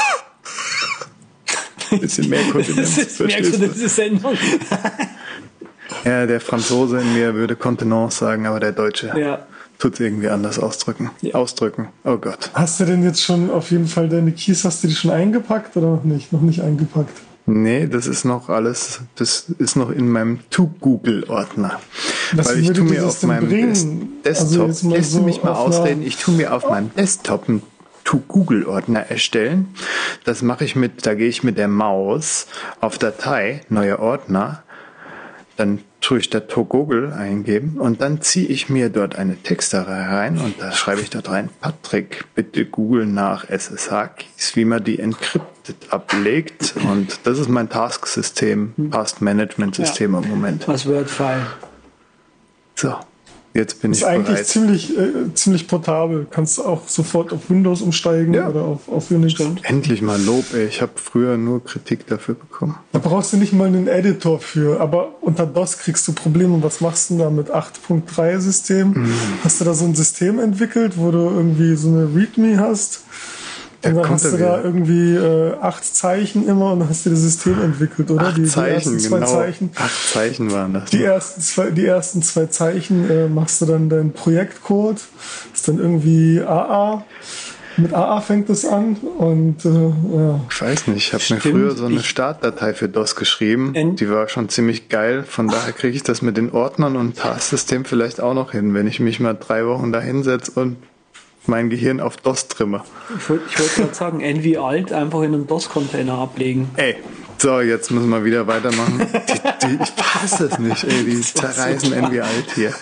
Ein bisschen mehr Kontinenz. Das ist, merkst du, verstehst das ist Sendung. Ja, der Franzose in mir würde Kontenance sagen, aber der Deutsche Ja. tut es irgendwie anders ausdrücken. Ja. Ausdrücken. Oh Gott. Hast du denn jetzt schon auf jeden Fall deine Keys, hast du die schon eingepackt oder noch nicht? Noch nicht eingepackt. Nee, das ist noch alles, das ist noch in meinem To-Google-Ordner. Was Weil ich würde tue dir mir das auf denn meinem bringen? Des Also Desktop, jetzt mal lässt du so mich mal auf einer- ausreden, ich tue mir auf meinem Desktop einen To-Google-Ordner erstellen. Das mache ich mit, da gehe ich mit der Maus auf Datei, neue Ordner, dann tue ich da To-Google eingeben und dann ziehe ich mir dort eine Textdatei rein und da schreibe ich dort rein, Patrick, bitte Google nach S S H-Keys, wie man die encrypted ablegt und das ist mein Task-System, Task-Management-System im Moment. Was Word-File. So, jetzt bin Ist ich eigentlich bereit. ziemlich, äh, ziemlich portabel. Kannst du auch sofort auf Windows umsteigen Ja. oder auf, auf Unix. Endlich mal Lob, ey. Ich habe früher nur Kritik dafür bekommen. Da brauchst du nicht mal einen Editor für, aber unter DOS kriegst du Probleme. Was machst du denn da mit acht Punkt drei System? Mhm. Hast du da so ein System entwickelt, wo du irgendwie so eine README hast? Und Da dann kommt hast er du da wieder. irgendwie äh, acht Zeichen immer und dann hast du das System entwickelt, oder? Acht die, die Zeichen, ersten zwei genau. Zeichen. Acht Zeichen waren das. Die ersten zwei, die ersten zwei Zeichen äh, machst du dann deinen Projektcode. Ist dann irgendwie A A. Mit A A fängt es an und äh, ja. Ich weiß nicht, ich habe mir früher so eine Startdatei für DOS geschrieben, En- die war schon ziemlich geil, von daher kriege ich das mit den Ordnern und Tastsystem vielleicht auch noch hin, wenn ich mich mal drei Wochen da hinsetze und mein Gehirn auf DOS trimme. Ich wollte ich wollt gerade sagen, Envy Alt einfach in einem DOS-Container ablegen. Ey, so, jetzt müssen wir wieder weitermachen. Die, die, ich hasse es nicht, ey, die zerreißen Envy Alt hier.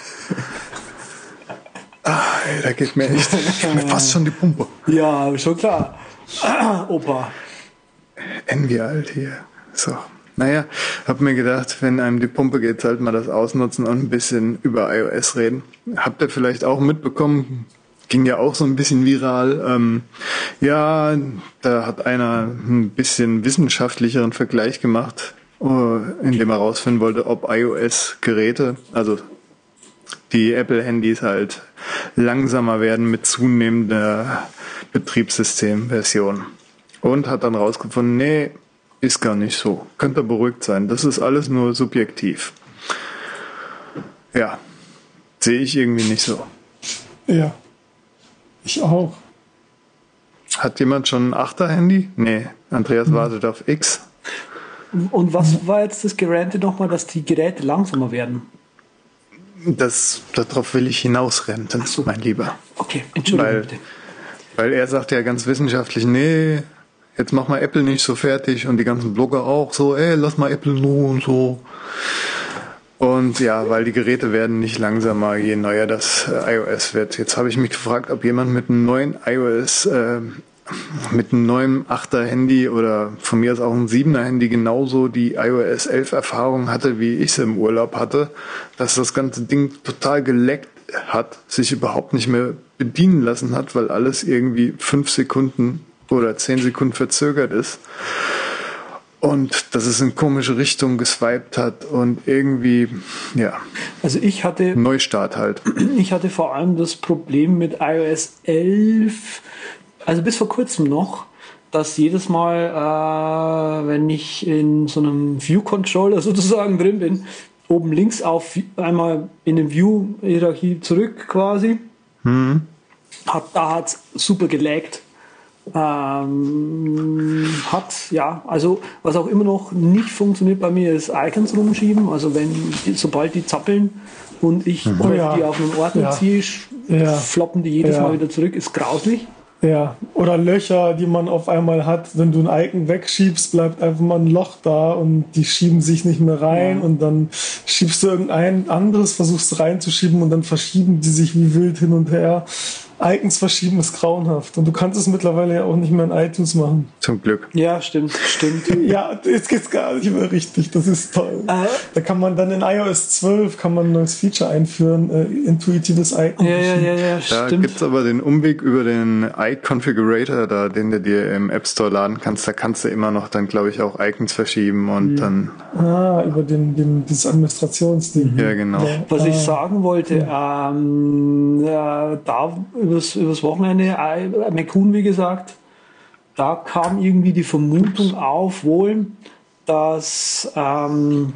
Ah, ey, da geht mir echt, geht mir fast schon die Pumpe. Ja, schon klar. Opa. Envy Alt hier. So. Naja, hab mir gedacht, wenn einem die Pumpe geht, sollte man das ausnutzen und ein bisschen über iOS reden. Habt ihr vielleicht auch mitbekommen, ging ja auch so ein bisschen viral. Ähm, ja, da hat einer ein bisschen wissenschaftlicheren Vergleich gemacht, in dem er herausfinden wollte, ob iOS-Geräte, also die Apple-Handys halt langsamer werden mit zunehmender Betriebssystemversion. Und hat dann rausgefunden, nee, ist gar nicht so. Könnt ihr beruhigt sein. Das ist alles nur subjektiv. Ja, sehe ich irgendwie nicht so. Ja, ich auch. Hat jemand schon ein Achter-Handy? Nee, Andreas wartet auf X. Und was war jetzt das Gerante nochmal, dass die Geräte langsamer werden? Das, darauf will ich hinausrenten, so. mein Lieber. Okay, Entschuldigung Weil, bitte. weil er sagt ja ganz wissenschaftlich, nee, jetzt mach mal Apple nicht so fertig und die ganzen Blogger auch so, ey, lass mal Apple nur und so. Und ja, weil die Geräte werden nicht langsamer, je neuer das äh, iOS wird. Jetzt habe ich mich gefragt, ob jemand mit einem neuen iOS, äh, mit einem neuen Achter-Handy oder von mir aus auch ein Siebener-Handy genauso die iOS elf Erfahrung hatte, wie ich es im Urlaub hatte, dass das ganze Ding total geleckt hat, sich überhaupt nicht mehr bedienen lassen hat, weil alles irgendwie fünf Sekunden oder zehn Sekunden verzögert ist. Und dass es in komische Richtung geswiped hat und irgendwie, ja, Also ich hatte, Neustart halt. ich hatte vor allem das Problem mit iOS elf, also bis vor kurzem noch, dass jedes Mal, äh, wenn ich in so einem View-Controller sozusagen drin bin, oben links auf einmal in den View-Hierarchie zurück quasi, Mhm. hat, da hat es super gelaggt. Ähm, hat, ja, also was auch immer noch nicht funktioniert bei mir ist Icons rumschieben, also wenn, die, sobald die zappeln und ich Oh ja. die auf einen Ordner Ja. ziehe, sch- Ja. floppen die jedes Ja. Mal wieder zurück, ist grauslich. Ja, oder Löcher, die man auf einmal hat. Wenn du ein Icon wegschiebst, bleibt einfach mal ein Loch da und die schieben sich nicht mehr rein Ja. und dann schiebst du irgendein anderes, versuchst reinzuschieben und dann verschieben die sich wie wild hin und her. Icons verschieben ist grauenhaft und du kannst es mittlerweile ja auch nicht mehr in iTunes machen. Zum Glück. Ja, stimmt, stimmt. Ja, jetzt geht's gar nicht mehr richtig. Das ist toll. Äh. Da kann man dann in iOS zwölf kann man ein neues Feature einführen, äh, intuitives Icon. Ja, ja, ja, ja, Da stimmt. gibt's aber den Umweg über den iConfigurator, da, den du dir im App Store laden kannst. Da kannst du immer noch dann, glaube ich, auch Icons verschieben und dann, Ah, über den, den, dieses Administrationsding. ja genau. Ja. Was ich Ah. sagen wollte, ähm, äh, da übers, übers Wochenende, äh, McCoon, wie gesagt, da kam irgendwie die Vermutung auf, wohl, dass ähm,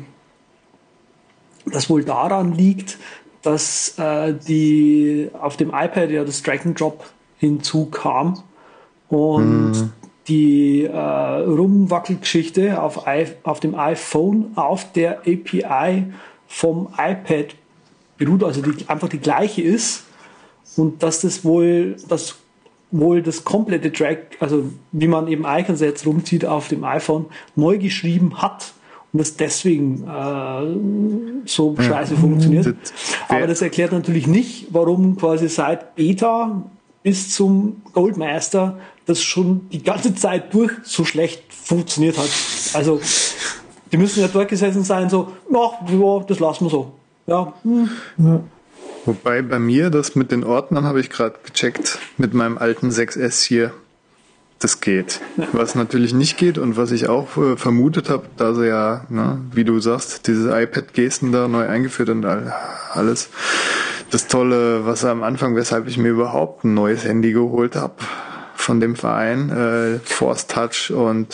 das wohl daran liegt, dass äh, die auf dem iPad ja das Drag and Drop hinzukam und die äh, Rumwackelgeschichte auf, i- auf dem iPhone auf der A P I vom iPad beruht, also die, einfach die gleiche ist und dass das wohl das wohl das komplette Drag, also wie man eben Icons jetzt rumzieht auf dem iPhone, neu geschrieben hat und das deswegen äh, so scheiße funktioniert. Das wär- Aber das erklärt natürlich nicht, warum quasi seit Beta bis zum Goldmaster das schon die ganze Zeit durch so schlecht funktioniert hat. Also die müssen ja dort gesessen sein, so, ach, ja, das lassen wir so. Ja, hm. Wobei bei mir, das mit den Ordnern habe ich gerade gecheckt, mit meinem alten sechs S hier, das geht. Was natürlich nicht geht und was ich auch äh, vermutet habe, da sie ja, ne, wie du sagst, diese iPad-Gesten da neu eingeführt und all, alles. Das Tolle, was am Anfang, weshalb ich mir überhaupt ein neues Handy geholt habe von dem Verein, äh, Force Touch und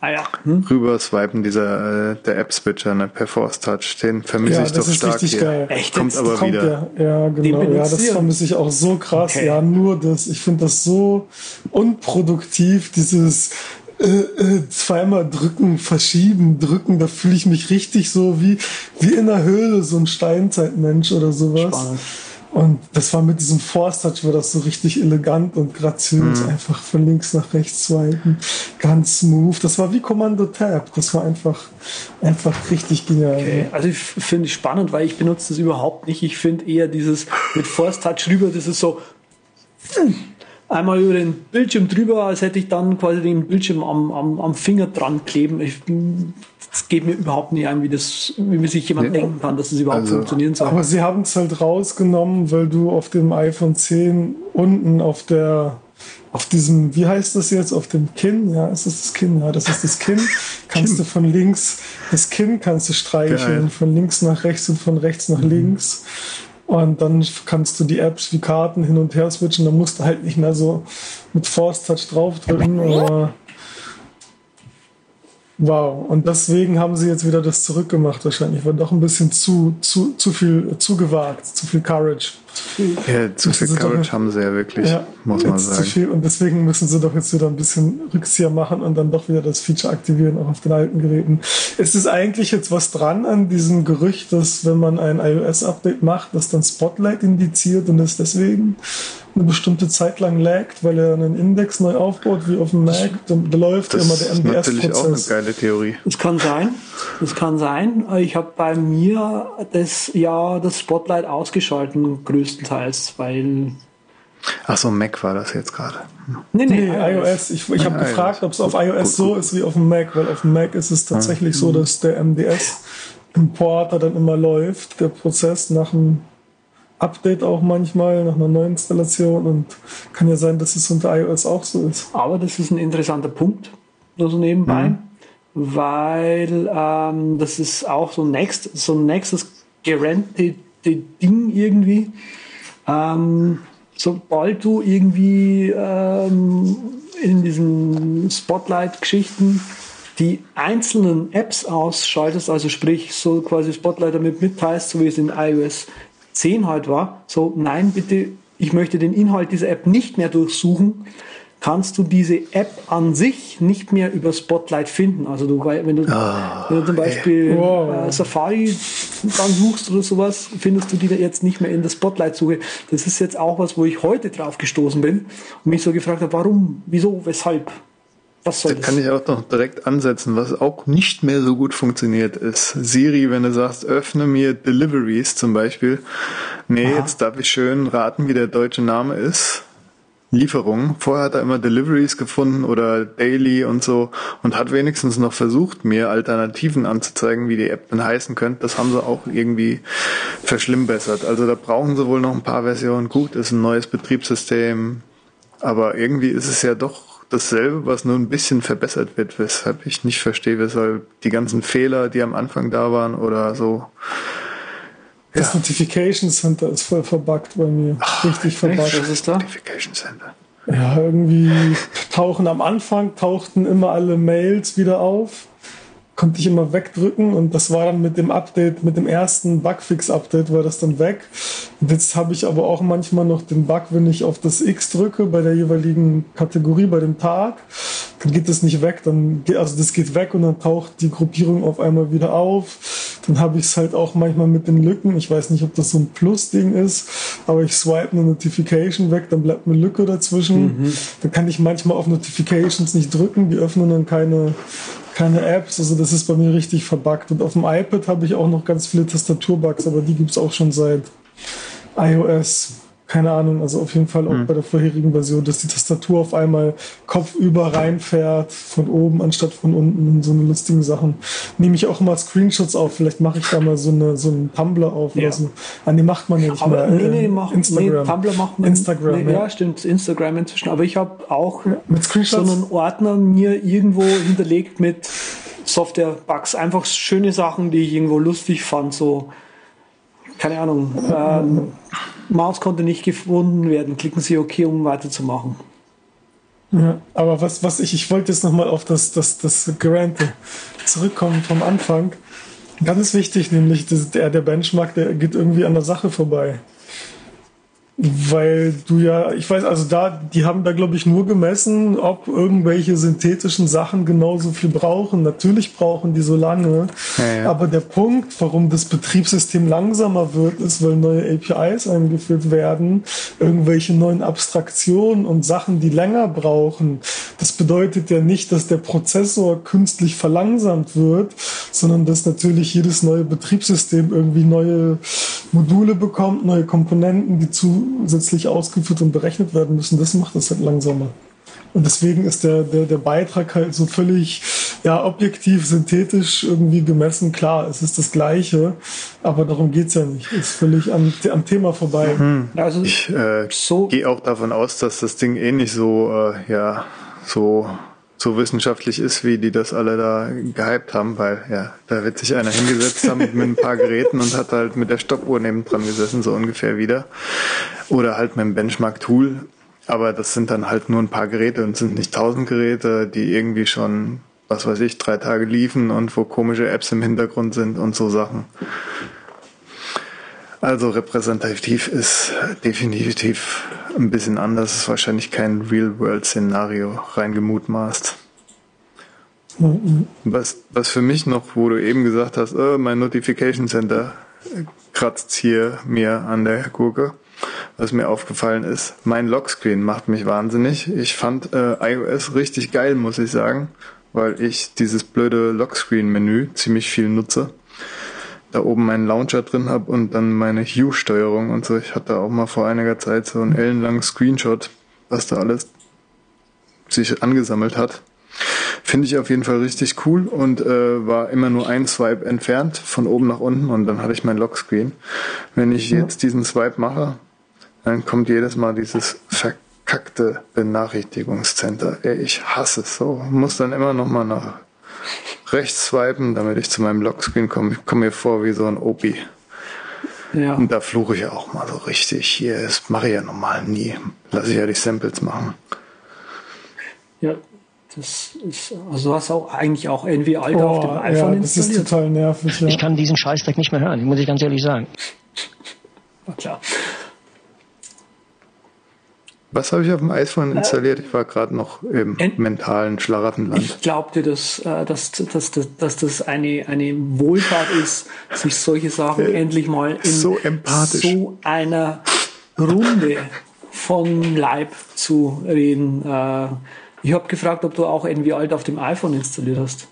Ah ja. Hm? rüber swipen, dieser äh, der App-Switcher ne, per Force Touch, den vermisse Ja, ich das doch ist stark richtig hier. geil. Echt? Kommt Jetzt aber Kommt wieder. ja, ja, genau. Ja, benutzt das ihr? vermisse ich auch so krass. Okay. Ja, nur das. Ich finde das so unproduktiv, dieses äh, äh, zweimal drücken, verschieben, drücken. Da fühle ich mich richtig so wie, wie in der Höhle, so ein Steinzeitmensch oder sowas. Spannend. Und das war mit diesem Force Touch, war das so richtig elegant und graziös, Mhm. einfach von links nach rechts swipen. Ganz smooth. Das war wie Kommando Tab. Das war einfach, einfach richtig genial. Okay. Also ich finde es spannend, weil ich benutze das überhaupt nicht. Ich finde eher dieses mit Force Touch rüber, das ist so einmal über den Bildschirm drüber, als hätte ich dann quasi den Bildschirm am, am, am Finger dran kleben. Ich, das geht mir überhaupt nicht ein, wie, das, wie sich jemand Nee. denken kann, dass das überhaupt Also, funktionieren soll. Aber sie haben es halt rausgenommen, weil du auf dem iPhone zehn unten auf der, auf diesem, wie heißt das jetzt, auf dem Kinn, ja, ist das das Kinn? Ja, das ist das Kinn. Kannst du von links, das Kinn kannst du streicheln, Geil. von links nach rechts und von rechts nach links. Und dann kannst du die Apps wie Karten hin und her switchen. Da musst du halt nicht mehr so mit Force Touch draufdrücken. Aber wow. Und deswegen haben sie jetzt wieder das zurückgemacht wahrscheinlich. War doch ein bisschen zu, zu, zu viel, zu gewagt, zu viel Courage. Ja, zu viel sie doch- Courage haben sie ja wirklich, Ja, muss man jetzt zu sagen. viel. Und deswegen müssen sie doch jetzt wieder ein bisschen Rückzieher machen und dann doch wieder das Feature aktivieren, auch auf den alten Geräten. Ist es eigentlich jetzt was dran an diesem Gerücht, dass wenn man ein iOS-Update macht, dass dann Spotlight indiziert und es deswegen eine bestimmte Zeit lang laggt, weil er einen Index neu aufbaut, wie auf dem Mac? Da, da läuft ja Das immer der ist natürlich auch eine M D S-Prozess. geile Theorie. Das kann sein. Das kann sein. Ich habe bei mir das ja das Spotlight ausgeschalten, größtenteils, weil. Ach so, Mac war das jetzt gerade. Nee, Nee, iOS. Ich, ich habe iOS. gefragt, ob es auf Gut, iOS gut, so gut. ist wie auf dem Mac, weil auf dem Mac ist es tatsächlich so, dass der M D S-Importer dann immer läuft, der Prozess nach dem Update auch manchmal, nach einer Neuinstallation, und kann ja sein, dass es unter iOS auch so ist. Aber das ist ein interessanter Punkt, nur so nebenbei, Mhm. weil ähm, das ist auch so ein, nächst, so ein nächstes gerentete Ding irgendwie. Ähm, sobald du irgendwie ähm, in diesen Spotlight-Geschichten die einzelnen Apps ausschaltest, also sprich so quasi Spotlight damit mitteilst, so wie es in iOS zehn halt war, so nein, bitte, ich möchte den Inhalt dieser App nicht mehr durchsuchen, kannst du diese App an sich nicht mehr über Spotlight finden. Also du, wenn du, Ah, wenn du zum Beispiel Wow. äh, Safari dann suchst oder sowas, findest du die da jetzt nicht mehr in der Spotlight-Suche. Das ist jetzt auch was, wo ich heute drauf gestoßen bin und mich so gefragt habe, warum, wieso, weshalb? Was soll Da das? kann ich auch noch direkt ansetzen, was auch nicht mehr so gut funktioniert ist. Siri, wenn du sagst, öffne mir Deliveries zum Beispiel. Nee, Aha. jetzt darf ich schön raten, wie der deutsche Name ist. Lieferung. Vorher hat er immer Deliveries gefunden oder Daily und so und hat wenigstens noch versucht, mir Alternativen anzuzeigen, wie die App denn heißen könnte. Das haben sie auch irgendwie verschlimmbessert. Also da brauchen sie wohl noch ein paar Versionen. Gut, ist ein neues Betriebssystem, aber irgendwie ist es ja doch dasselbe, was nur ein bisschen verbessert wird, weshalb ich nicht verstehe, weshalb die ganzen Fehler, die am Anfang da waren oder so. Das Notification Center ist voll verbuggt bei mir. Richtig verbuggt. Was ist da? Notification Center. Ja, irgendwie tauchen am Anfang, tauchten immer alle Mails wieder auf. Konnte ich immer wegdrücken und das war dann mit dem Update, mit dem ersten Bugfix-Update war das dann weg. Und jetzt habe ich aber auch manchmal noch den Bug, wenn ich auf das X drücke bei der jeweiligen Kategorie, bei dem Tag, dann geht das nicht weg, dann geht, also das geht weg und dann taucht die Gruppierung auf einmal wieder auf. Dann habe ich es halt auch manchmal mit den Lücken. Ich weiß nicht, ob das so ein Plus-Ding ist, aber ich swipe eine Notification weg, dann bleibt eine Lücke dazwischen. Mhm. Dann kann ich manchmal auf Notifications nicht drücken, die öffnen dann keine keine Apps, also das ist bei mir richtig verbuggt. Und auf dem iPad habe ich auch noch ganz viele Tastaturbugs, aber die gibt es auch schon seit iOS. Keine Ahnung, also auf jeden Fall auch hm. bei der vorherigen Version, dass die Tastatur auf einmal kopfüber reinfährt, von oben anstatt von unten und so eine lustigen Sachen. Nehme ich auch immer Screenshots auf, vielleicht mache ich da mal so, eine, so einen Tumblr auf ja. oder so. Ah, nee, macht man ja nicht aber mehr. Nee, nee, äh, mach, Instagram. Nee, Tumblr macht man. Instagram, nee, ja. ja, stimmt, Instagram inzwischen. Aber ich habe auch Ja, mit so Screenshots? einen Ordner mir irgendwo hinterlegt mit Software-Bugs. Einfach schöne Sachen, die ich irgendwo lustig fand. So, keine Ahnung. Ähm, Maus konnte nicht gefunden werden. Klicken Sie OK, um weiterzumachen. Ja, aber was, was ich, ich wollte jetzt nochmal auf das, das, das Gerante zurückkommen vom Anfang. Ganz wichtig, nämlich das, der, der Benchmark, der geht irgendwie an der Sache vorbei. Weil du ja, ich weiß, also da, die haben da glaube ich nur gemessen, ob irgendwelche synthetischen Sachen genauso viel brauchen. Natürlich brauchen die so lange. Ja, ja. Aber der Punkt, warum das Betriebssystem langsamer wird, ist, weil neue A P Is eingeführt werden, irgendwelche neuen Abstraktionen und Sachen, die länger brauchen. Das bedeutet ja nicht, dass der Prozessor künstlich verlangsamt wird, sondern dass natürlich jedes neue Betriebssystem irgendwie neue Module bekommt, neue Komponenten, die zusätzlich ausgeführt und berechnet werden müssen. Das macht das halt langsamer. Und deswegen ist der, der, der Beitrag halt so völlig, ja, objektiv, synthetisch irgendwie gemessen. Klar, es ist das Gleiche, aber darum geht's ja nicht. Ist völlig am, am Thema vorbei. Mhm. Also ich äh, so gehe auch davon aus, dass das Ding eh nicht so, äh, ja, so... so wissenschaftlich ist, wie die das alle da gehypt haben, weil ja, da wird sich einer hingesetzt haben mit ein paar Geräten und hat halt mit der Stoppuhr neben dran gesessen, so ungefähr wieder. Oder halt mit dem Benchmark-Tool. Aber das sind dann halt nur ein paar Geräte und sind nicht tausend Geräte, die irgendwie schon, was weiß ich, drei Tage liefen und wo komische Apps im Hintergrund sind und so Sachen. Also repräsentativ ist definitiv ein bisschen anders. Ist wahrscheinlich kein Real-World-Szenario reingemutmaßt. Mhm. Was, was für mich noch, wo du eben gesagt hast, oh, mein Notification Center kratzt hier mir an der Gurke, was mir aufgefallen ist, mein Lockscreen macht mich wahnsinnig. Ich fand äh, iOS richtig geil, muss ich sagen, weil ich dieses blöde Lockscreen-Menü ziemlich viel nutze. Da oben meinen Launcher drin habe und dann meine Hue-Steuerung und so. Ich hatte auch mal vor einiger Zeit so einen ellenlangen Screenshot, was da alles sich angesammelt hat. Finde ich auf jeden Fall richtig cool und äh, war immer nur ein Swipe entfernt, von oben nach unten und dann hatte ich mein Lockscreen. Wenn ich jetzt diesen Swipe mache, dann kommt jedes Mal dieses verkackte Benachrichtigungscenter. Ey, ich hasse es so. Muss dann immer noch mal nach rechts swipen, damit ich zu meinem Lockscreen komme. Ich komme mir vor wie so ein Opi. Ja. Und da fluche ich auch mal so richtig. Hier, das mache ich ja normal nie. Lasse ich ja die Samples machen. Ja, das ist, also du hast auch eigentlich auch N V Alter oh, auf dem iPhone ja, das installiert. Das ist total nervig. Ja. Ich kann diesen Scheißdreck nicht mehr hören, muss ich ganz ehrlich sagen. Na klar. Was habe ich auf dem iPhone installiert? Ich war gerade noch im Ent- mentalen Schlaraffenland. Ich glaubte, dass, dass, dass, dass, dass das eine, eine Wohltat ist, sich solche Sachen äh, endlich mal in so, empathisch. so einer Runde von Leib zu reden. Ich habe gefragt, ob du auch N V Alt auf dem iPhone installiert hast.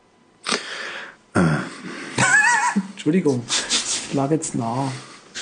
Äh. Entschuldigung, ich lag jetzt nah.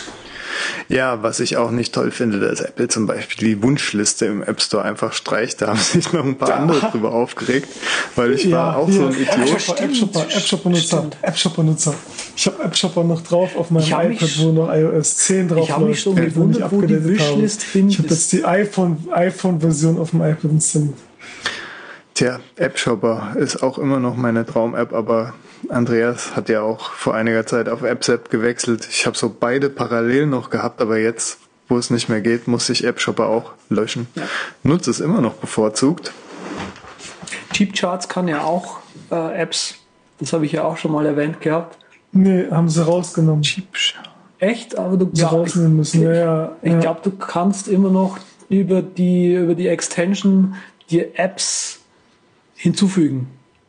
Ja, was ich auch nicht toll finde, dass Apple zum Beispiel die Wunschliste im App Store einfach streicht. Da haben sich noch ein paar andere drüber aufgeregt, weil ich ja, war auch so ein Idiot. App-Shopper-Nutzer. App-Shopper-Nutzer. Ich habe App-Shopper noch drauf auf meinem iPad, wo noch iOS zehn drauf läuft. Ich habe mich schon gewundert, wo die Wishlist hin ist. Ich habe jetzt die iPhone, iPhone-Version auf dem iPad installiert. Tja, App-Shopper ist auch immer noch meine Traum-App, aber Andreas hat ja auch vor einiger Zeit auf AppSap gewechselt. Ich habe so beide parallel noch gehabt, aber jetzt, wo es nicht mehr geht, muss ich AppShopper auch löschen. Ja. Nutze es immer noch bevorzugt. Cheapcharts kann ja auch äh, Apps, das habe ich ja auch schon mal erwähnt gehabt. Nee, haben sie rausgenommen. Cheapcharts. Echt? Aber du ja, rausnehmen müssen. Ja, ja, ich ja. glaube, du kannst immer noch über die, über die Extension die Apps hinzufügen.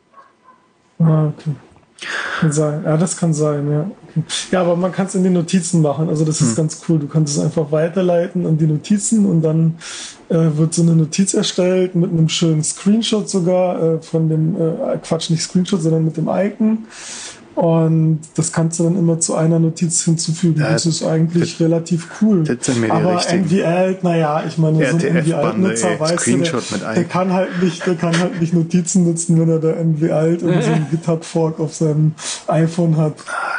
Ah, okay. Kann sein. Ja, das kann sein, ja. Okay. Ja, aber man kann es in den Notizen machen. Also das ist hm. ganz cool. Du kannst es einfach weiterleiten an die Notizen und dann äh, wird so eine Notiz erstellt mit einem schönen Screenshot sogar äh, von dem, äh, Quatsch, nicht Screenshot, sondern mit dem Icon. Und das kannst du dann immer zu einer Notiz hinzufügen. Ja, das ist eigentlich das, relativ cool. Aber N V Alt, naja, ich meine, so ein N V Alt-Nutzer weiß, der, der kann halt nicht, der kann halt nicht Notizen nutzen, wenn er da N V Alt und so einen GitHub-Fork auf seinem iPhone hat.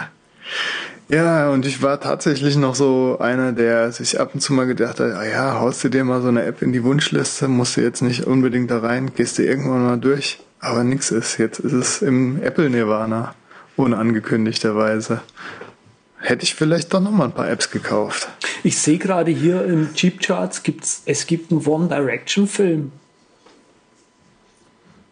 Ja, und ich war tatsächlich noch so einer, der sich ab und zu mal gedacht hat, ah ja, haust du dir mal so eine App in die Wunschliste, musst du jetzt nicht unbedingt da rein, gehst du irgendwann mal durch. Aber nix ist, jetzt ist es im Apple-Nirvana. Unangekündigterweise. Hätte ich vielleicht doch noch mal ein paar Apps gekauft. Ich sehe gerade hier im Cheapcharts, gibt's, es gibt einen One Direction Film.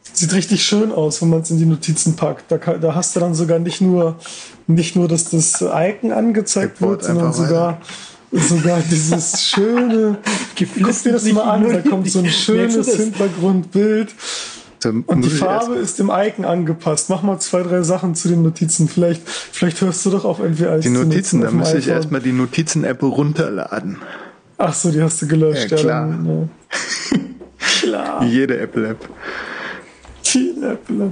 Sieht richtig schön aus, wenn man es in die Notizen packt. Da, kann, da hast du dann sogar nicht nur, nicht nur, dass das Icon angezeigt wird, sondern sogar, sogar dieses schöne, guck dir das mal an, da kommt so ein schönes Hintergrundbild. Und die Farbe ist dem Icon angepasst. Mach mal zwei, drei Sachen zu den Notizen. Vielleicht, vielleicht hörst du doch auf N W als die Notizen, da müsste ich erstmal die Notizen-App runterladen. Ach so, die hast du gelöscht. Ja, klar. Ja, dann, ja. Klar. Jede Apple-App. Jede Apple-App.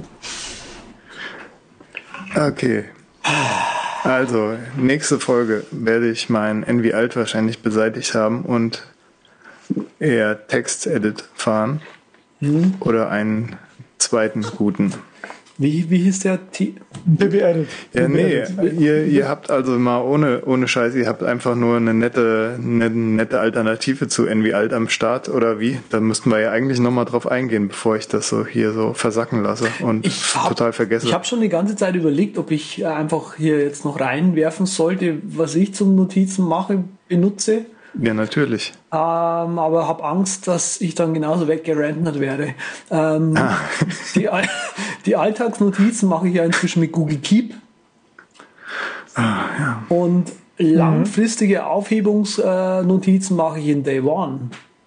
Okay. Also, nächste Folge werde ich mein N V Alt wahrscheinlich beseitigt haben und eher Text-Edit fahren. Hm. Oder einen zweiten guten. Wie, wie hieß der? T- B B Edit. Ja, nee, ihr, ihr habt also mal ohne, ohne Scheiß, ihr habt einfach nur eine nette, eine nette Alternative zu N V Alt am Start, oder wie? Da müssten wir ja eigentlich nochmal drauf eingehen, bevor ich das so hier so versacken lasse und ich hab, total vergesse. Ich habe schon die ganze Zeit überlegt, ob ich einfach hier jetzt noch reinwerfen sollte, was ich zum Notizen mache, benutze. Ja, natürlich. Ähm, aber habe Angst, dass ich dann genauso weggerendert werde. Ähm, ah. die, die Alltagsnotizen mache ich ja inzwischen mit Google Keep. Ah, ja. Und langfristige Aufhebungsnotizen mache ich in Day One.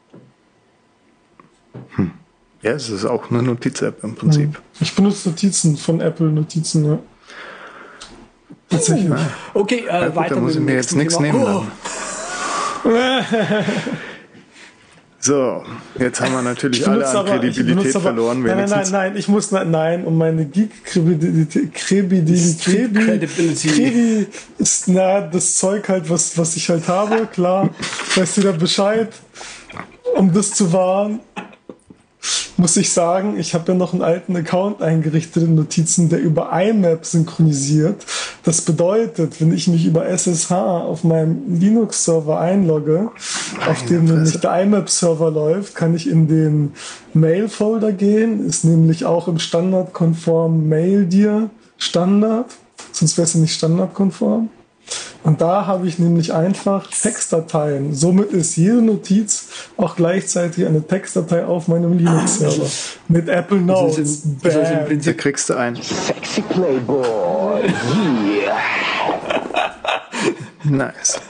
Hm. Ja, es ist auch eine Notiz-App im Prinzip. Ich benutze Notizen von Apple Notizen, ja. Tatsächlich. Okay, äh, ja, gut, weiter. Da muss ich mir jetzt nichts nehmen lassen. So, jetzt haben wir natürlich alle an aber, Kredibilität aber, verloren. Nein, nein, nein, nein, ich muss, nein, um meine Geek-Kredibilität, Kredibilität, ist na, das Zeug halt, was, was ich halt habe, klar, weißt du da Bescheid, um das zu wahren. Muss ich sagen, ich habe ja noch einen alten Account eingerichtet in Notizen, der über I M A P synchronisiert. Das bedeutet, wenn ich mich über S S H auf meinem Linux-Server einlogge, auf dem nämlich der I M A P-Server läuft, kann ich in den Mail-Folder gehen, ist nämlich auch im standardkonform Mail-Dir Standard, sonst wäre es ja nicht standardkonform. Und da habe ich nämlich einfach Textdateien. Somit ist jede Notiz auch gleichzeitig eine Textdatei auf meinem Linux-Server. Mit Apple Notes. Das ist im, das ist im Prinzip da kriegst du ein. Sexy Playboy. Yeah. Nice.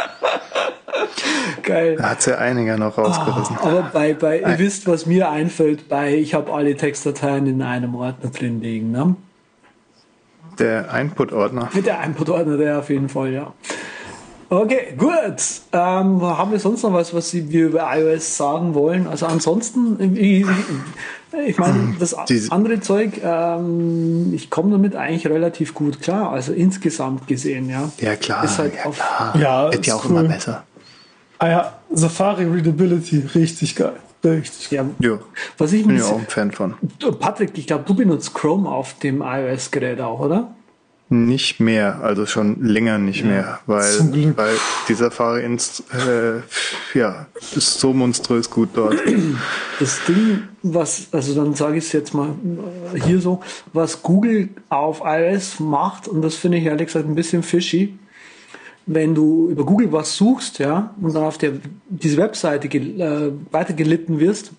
Geil. Da hat es ja einiger noch rausgerissen. Oh, aber bei, bei ihr wisst, was mir einfällt, bei ich habe alle Textdateien in einem Ordner drin liegen, ne? Der Input-Ordner. Der Input-Ordner, der auf jeden Fall, ja. Okay, gut. Ähm, haben wir sonst noch was, was wir über iOS sagen wollen? Also ansonsten, ich, ich meine, das Diese. andere Zeug, ähm, ich komme damit eigentlich relativ gut klar. Also insgesamt gesehen, ja. Ja, klar. Ist halt ja, auf, klar. Ja, wird ja auch cool. immer besser. Ah ja, Safari Readability, richtig geil. Richtig. Ja. Ja. Was ich bin ja auch ein Fan von. Patrick, ich glaube, du benutzt Chrome auf dem iOS-Gerät auch, oder? Nicht mehr, also schon länger nicht ja. mehr, weil, weil die Safari ins, äh, ja, ist so monströs gut dort. Das Ding, was, also dann sage ich es jetzt mal hier so, was Google auf iOS macht, und das finde ich ehrlich gesagt ein bisschen fishy, wenn du über Google was suchst, ja, und dann auf der, diese Webseite ge, äh, weitergelitten wirst,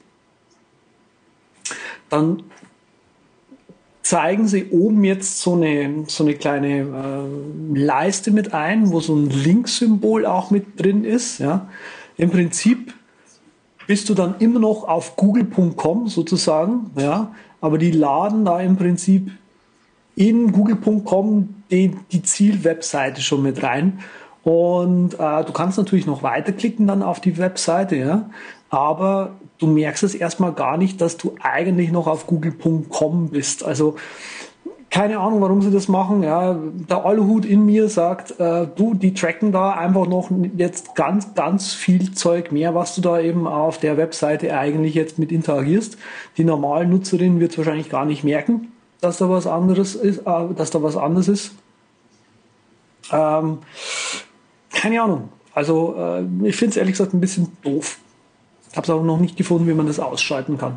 dann zeigen sie oben jetzt so eine, so eine kleine äh, Leiste mit ein, wo so ein Link-Symbol auch mit drin ist, ja. Im Prinzip bist du dann immer noch auf google punkt com sozusagen, ja, aber die laden da im Prinzip in google punkt com die, die Zielwebseite schon mit rein. Und äh, du kannst natürlich noch weiterklicken dann auf die Webseite, ja, aber du merkst es erstmal gar nicht, dass du eigentlich noch auf google punkt com bist. Also keine Ahnung, warum sie das machen. Ja, der Aluhut in mir sagt, äh, du, die tracken da einfach noch jetzt ganz, ganz viel Zeug mehr, was du da eben auf der Webseite eigentlich jetzt mit interagierst. Die normalen Nutzerinnen wird es wahrscheinlich gar nicht merken, dass da was anderes ist, äh, dass da was anderes ist. Ähm, keine Ahnung. Also äh, ich finde es ehrlich gesagt ein bisschen doof. Ich habe es auch noch nicht gefunden, wie man das ausschalten kann.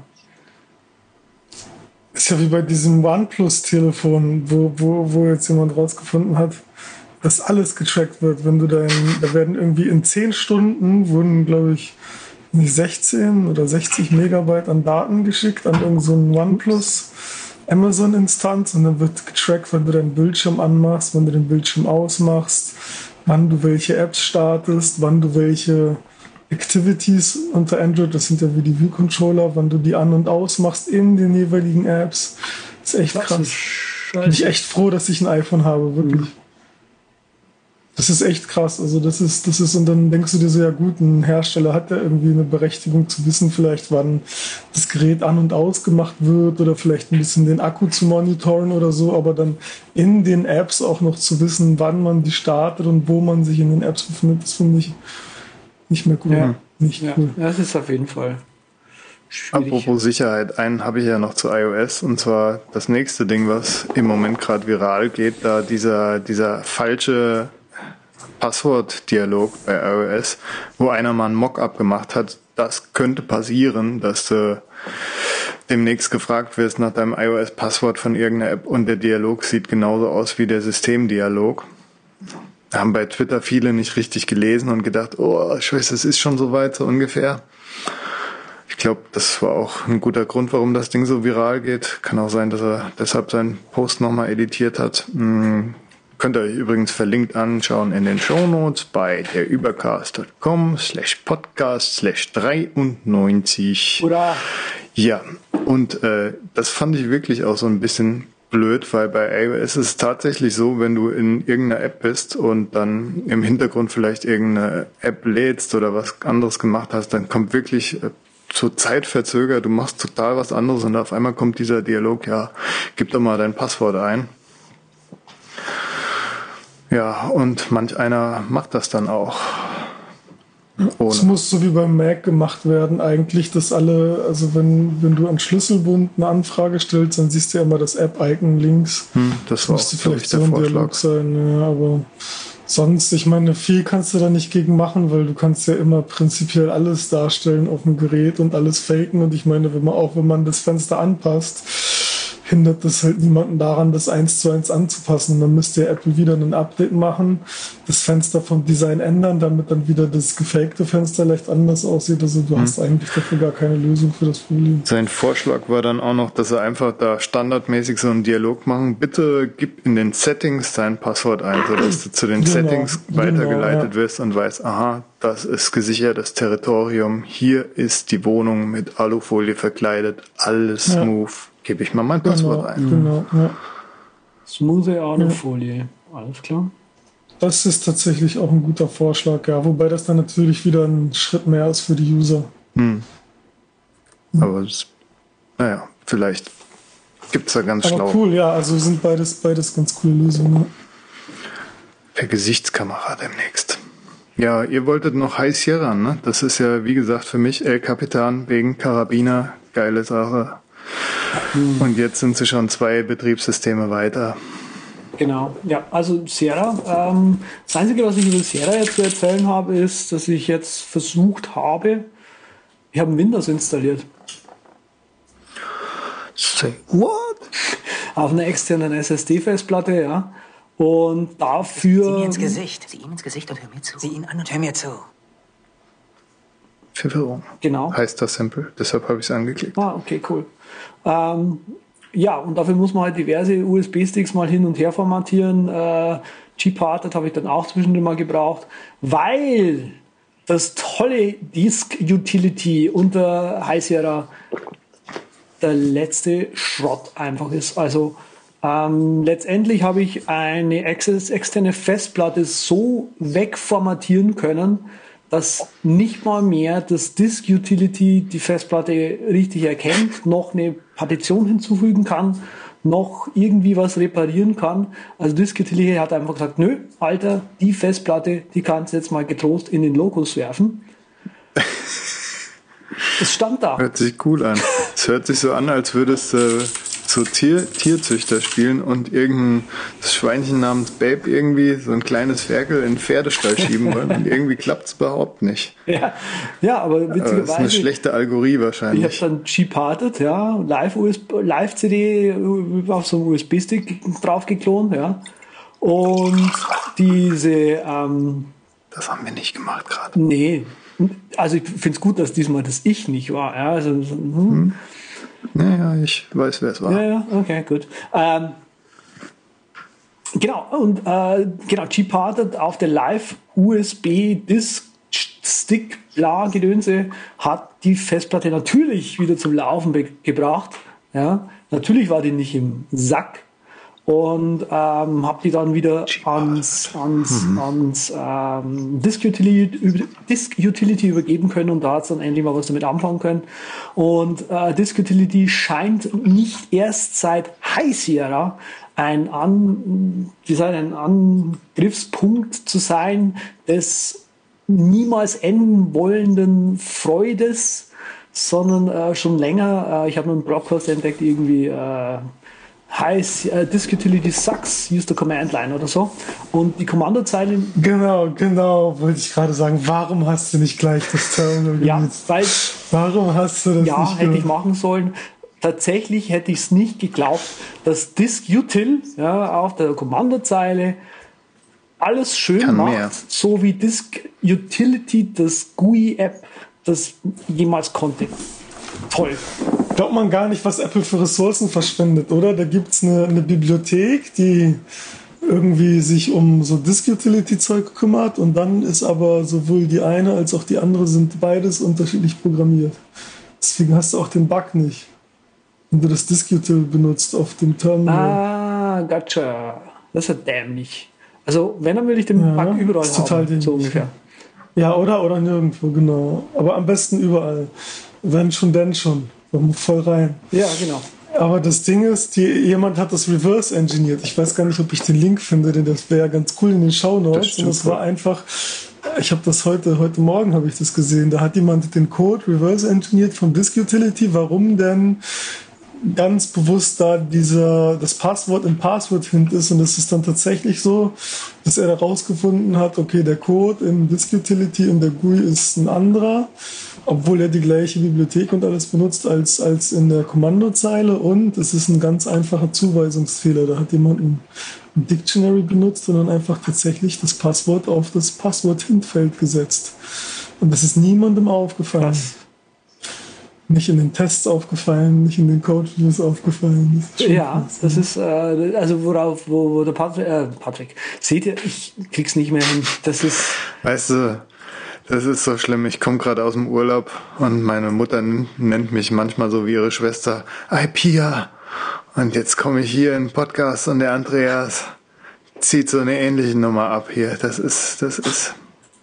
Ist ja wie bei diesem OnePlus-Telefon, wo, wo, wo jetzt jemand rausgefunden hat, dass alles getrackt wird. Wenn du dein, da werden irgendwie in zehn Stunden wurden, glaube ich, nicht sechzehn oder sechzig Megabyte an Daten geschickt an irgendeinen so einen OnePlus Amazon-Instanz und dann wird getrackt, wann du deinen Bildschirm anmachst, wann du den Bildschirm ausmachst, wann du welche Apps startest, wann du welche Activities unter Android, das sind ja wie die View-Controller, wann du die an- und ausmachst in den jeweiligen Apps. Das ist echt krass. Ist Bin ich echt froh, dass ich ein iPhone habe, wirklich. Mhm. Das ist echt krass. Also das ist, das ist, und dann denkst du dir so, ja gut, ein Hersteller hat ja irgendwie eine Berechtigung zu wissen, vielleicht wann das Gerät an- und ausgemacht wird oder vielleicht ein bisschen den Akku zu monitoren oder so, aber dann in den Apps auch noch zu wissen, wann man die startet und wo man sich in den Apps befindet, das finde ich nicht mehr cool. Ja. Nicht ja. cool. Das ist auf jeden Fall schwierig. Apropos Sicherheit, einen habe ich ja noch zu iOS, und zwar das nächste Ding, was im Moment gerade viral geht, da dieser, dieser falsche Passwortdialog bei iOS, wo einer mal ein Mock-up gemacht hat. Das könnte passieren, dass du demnächst gefragt wirst nach deinem iOS-Passwort von irgendeiner App und der Dialog sieht genauso aus wie der Systemdialog. Da haben bei Twitter viele nicht richtig gelesen und gedacht, oh, scheiße, es ist schon so weit, so ungefähr. Ich glaube, das war auch ein guter Grund, warum das Ding so viral geht. Kann auch sein, dass er deshalb seinen Post nochmal editiert hat. Hm. Könnt ihr euch übrigens verlinkt anschauen in den Shownotes bei der übercast punkt com slash podcast slash dreiundneunzig. Oder? Ja, und äh, das fand ich wirklich auch so ein bisschen blöd, weil bei iOS ist es tatsächlich so, wenn du in irgendeiner App bist und dann im Hintergrund vielleicht irgendeine App lädst oder was anderes gemacht hast, dann kommt wirklich äh, zur Zeit verzögert, du machst total was anderes und auf einmal kommt dieser Dialog, ja, gib doch mal dein Passwort ein. Ja, und manch einer macht das dann auch. Es muss so wie beim Mac gemacht werden eigentlich, dass alle, also wenn, wenn du an Schlüsselbund eine Anfrage stellst, dann siehst du ja immer das App-Icon links. Hm, das war müsste auch, vielleicht der so ein Vorschlag Dialog sein, ja, aber sonst, ich meine, viel kannst du da nicht gegen machen, weil du kannst ja immer prinzipiell alles darstellen auf dem Gerät und alles faken und ich meine, wenn man auch, wenn man das Fenster anpasst, hindert das halt niemanden daran, das eins zu eins anzupassen. Und dann müsste ja Apple wieder ein Update machen, das Fenster vom Design ändern, damit dann wieder das gefakte Fenster leicht anders aussieht. Also du hm. hast eigentlich dafür gar keine Lösung für das Problem. Sein Vorschlag war dann auch noch, dass er einfach da standardmäßig so einen Dialog machen. Bitte gib in den Settings dein Passwort ein, sodass du zu den genau, Settings weitergeleitet genau, ja. wirst und weißt, aha, das ist gesichertes Territorium. Hier ist die Wohnung mit Alufolie verkleidet. Alles ja. smooth. Gebe ich mal mein Passwort genau, ein. Genau, ja. Smooth Alufolie, ja. Alles klar. Das ist tatsächlich auch ein guter Vorschlag, ja. Wobei das dann natürlich wieder ein Schritt mehr ist für die User. Hm. Aber es, naja, vielleicht gibt es da ganz Aber schlau. Cool, ja, also sind beides, beides ganz coole Lösungen. Per Gesichtskamera demnächst. Ja, ihr wolltet noch High Sierra, ne? Das ist ja, wie gesagt, für mich El Capitan wegen Karabiner. Geile Sache. Und jetzt sind sie schon zwei Betriebssysteme weiter. Genau, ja, also Sierra. Ähm, das Einzige, was ich über Sierra jetzt zu erzählen habe, ist, dass ich jetzt versucht habe, ich habe ein Windows installiert. Say what? Auf einer externen S S D-Festplatte, ja. Und dafür... Sieh ihm ins Gesicht. Sieh ihm ins Gesicht und hör mir zu. Sieh ihn an und hör mir zu. Verwirrung. Genau. Heißt das Sample. Deshalb habe ich es angeklickt. Ah, okay, cool. Ähm, ja, und dafür muss man halt diverse U S B-Sticks mal hin und her formatieren. Äh, Gparted habe ich dann auch zwischendurch mal gebraucht, weil das tolle Disk-Utility unter High Sierra der letzte Schrott einfach ist. Also ähm, letztendlich habe ich eine ex- externe Festplatte so wegformatieren können, dass nicht mal mehr das Disk Utility die Festplatte richtig erkennt, noch eine Partition hinzufügen kann, noch irgendwie was reparieren kann. Also Disk Utility hat einfach gesagt, nö, Alter, die Festplatte, die kannst du jetzt mal getrost in den Locus werfen. Es stand da. Hört sich cool an. Es hört sich so an, als würdest du äh, so Tier, Tierzüchter spielen und irgendein das Schweinchen namens Babe irgendwie so ein kleines Ferkel in den Pferdestall schieben wollen und irgendwie klappt es überhaupt nicht. Ja, ja, aber witzigerweise... Das ist eine schlechte Algorie wahrscheinlich. Ich habe dann Gparted, ja, Live-C D auf so einen U S B-Stick drauf geklont, ja. Und diese... Ähm, das haben wir nicht gemacht gerade. Nee, Also ich finde es gut, dass diesmal das Ich nicht war. Ja, also, hm. Hm. Naja, ich weiß, wer es war. Ja, ja, okay, gut. Ähm, genau, und äh, genau, G-Part hat auf der Live-U S B-Disk-Stick, bla, Gedönse, hat die Festplatte natürlich wieder zum Laufen be- gebracht. Ja, natürlich war die nicht im Sack. Und ähm, habe die dann wieder ans, ans, mhm. ans ähm, Disk Utility, über, Disk Utility übergeben können und da hat es dann endlich mal was damit anfangen können. Und äh, Disk Utility scheint nicht erst seit High Sierra ein, An, wie sagt, ein Angriffspunkt zu sein des niemals enden wollenden Freudes, sondern äh, schon länger. Äh, ich habe einen Blogpost entdeckt, irgendwie äh, heißt uh, Disk Utility sucks, use the command line oder so. Und die Kommandozeile. Genau, genau, wollte ich gerade sagen. Warum hast du nicht gleich das Terminal ja, genutzt? Weil, warum hast du das ja, nicht hätte gemacht? Ich machen sollen. Tatsächlich hätte ich es nicht geglaubt, dass Disk Util ja, auf der Kommandozeile alles schön Kann macht, mehr. so wie Disk Utility, das G U I-App, das jemals konnte. Toll. Glaubt man gar nicht, was Apple für Ressourcen verschwendet, oder? Da gibt es eine, eine Bibliothek, die irgendwie sich um so Disk-Utility-Zeug kümmert und dann ist aber sowohl die eine als auch die andere sind beides unterschiedlich programmiert. Deswegen hast du auch den Bug nicht, wenn du das Disk-Util benutzt auf dem Terminal. Ah, gotcha. Das ist ja dämlich. Also wenn, dann will ich den ja, Bug überall ist total haben, dämlich. So ungefähr. Ja, oder, oder nirgendwo, genau. Aber am besten überall. Wenn schon, denn schon. Voll rein. Ja, genau. Aber das Ding ist, die, jemand hat das reverse engineert. Ich weiß gar nicht, ob ich den Link finde, denn das wäre ja ganz cool in den Shownotes. Und das war einfach, ich habe das heute, heute Morgen habe ich das gesehen. Da hat jemand den Code reverse engineert vom Disk Utility. Warum denn ganz bewusst da dieser, das Passwort im Passwort-Hint ist. Und es ist dann tatsächlich so, dass er da rausgefunden hat, okay, der Code im Disk Utility und der G U I ist ein anderer. Obwohl er die gleiche Bibliothek und alles benutzt als, als in der Kommandozeile und es ist ein ganz einfacher Zuweisungsfehler. Da hat jemand ein, ein Dictionary benutzt und dann einfach tatsächlich das Passwort auf das Passwort-Hint-Feld gesetzt. Und das ist niemandem aufgefallen. Krass. Nicht in den Tests aufgefallen, nicht in den Code-Reviews aufgefallen. Das ja, krass, das ist, äh, also worauf, wo, wo der Patrick, äh, Patrick, seht ihr, ich krieg's nicht mehr hin. Das ist. Weißt du, das ist so schlimm. Ich komme gerade aus dem Urlaub und meine Mutter nennt mich manchmal so wie ihre Schwester Ei Pia. Und jetzt komme ich hier in den Podcast und der Andreas zieht so eine ähnliche Nummer ab hier. Das ist, das ist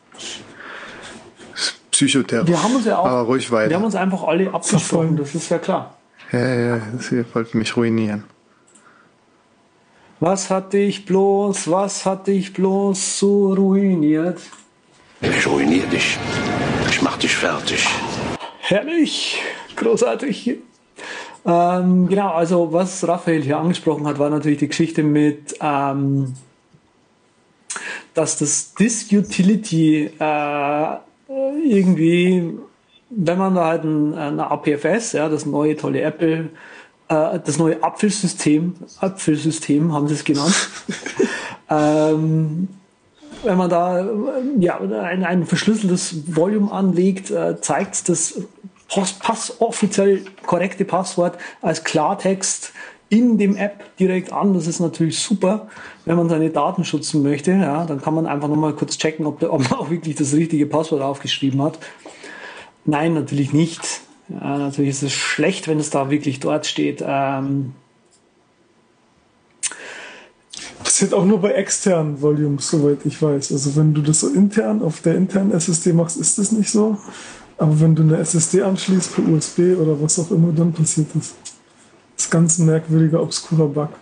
Psychotherapie. Wir haben uns ja auch, aber ruhig weiter. Wir haben uns einfach alle abgesprochen, das ist ja klar. Ja, ja, das hier wollte mich ruinieren. Was hatte ich bloß, was hatte ich bloß so ruiniert? Ich ruiniere dich. Ich mach dich fertig. Herrlich, großartig. Ähm, genau, also was Raphael hier angesprochen hat, war natürlich die Geschichte mit, ähm, dass das Disk Utility äh, irgendwie, wenn man da halt ein, ein A P F S, ja, das neue tolle Apple, äh, das neue Apfelsystem, Apfelsystem haben sie es genannt, ähm, wenn man da ja, ein, ein verschlüsseltes Volume anlegt, äh, zeigt das Pass, Pass, offiziell korrekte Passwort als Klartext in dem App direkt an. Das ist natürlich super, wenn man seine Daten schützen möchte. Ja, dann kann man einfach nochmal kurz checken, ob, der, ob man auch wirklich das richtige Passwort aufgeschrieben hat. Nein, natürlich nicht. Ja, natürlich ist es schlecht, wenn es da wirklich dort steht. Ähm, Passiert auch nur bei externen Volumes, soweit ich weiß. Also wenn du das so intern auf der internen S S D machst, ist das nicht so. Aber wenn du eine S S D anschließt per U S B oder was auch immer, dann passiert das. Das ist ganz ein merkwürdiger, obskurer Bug.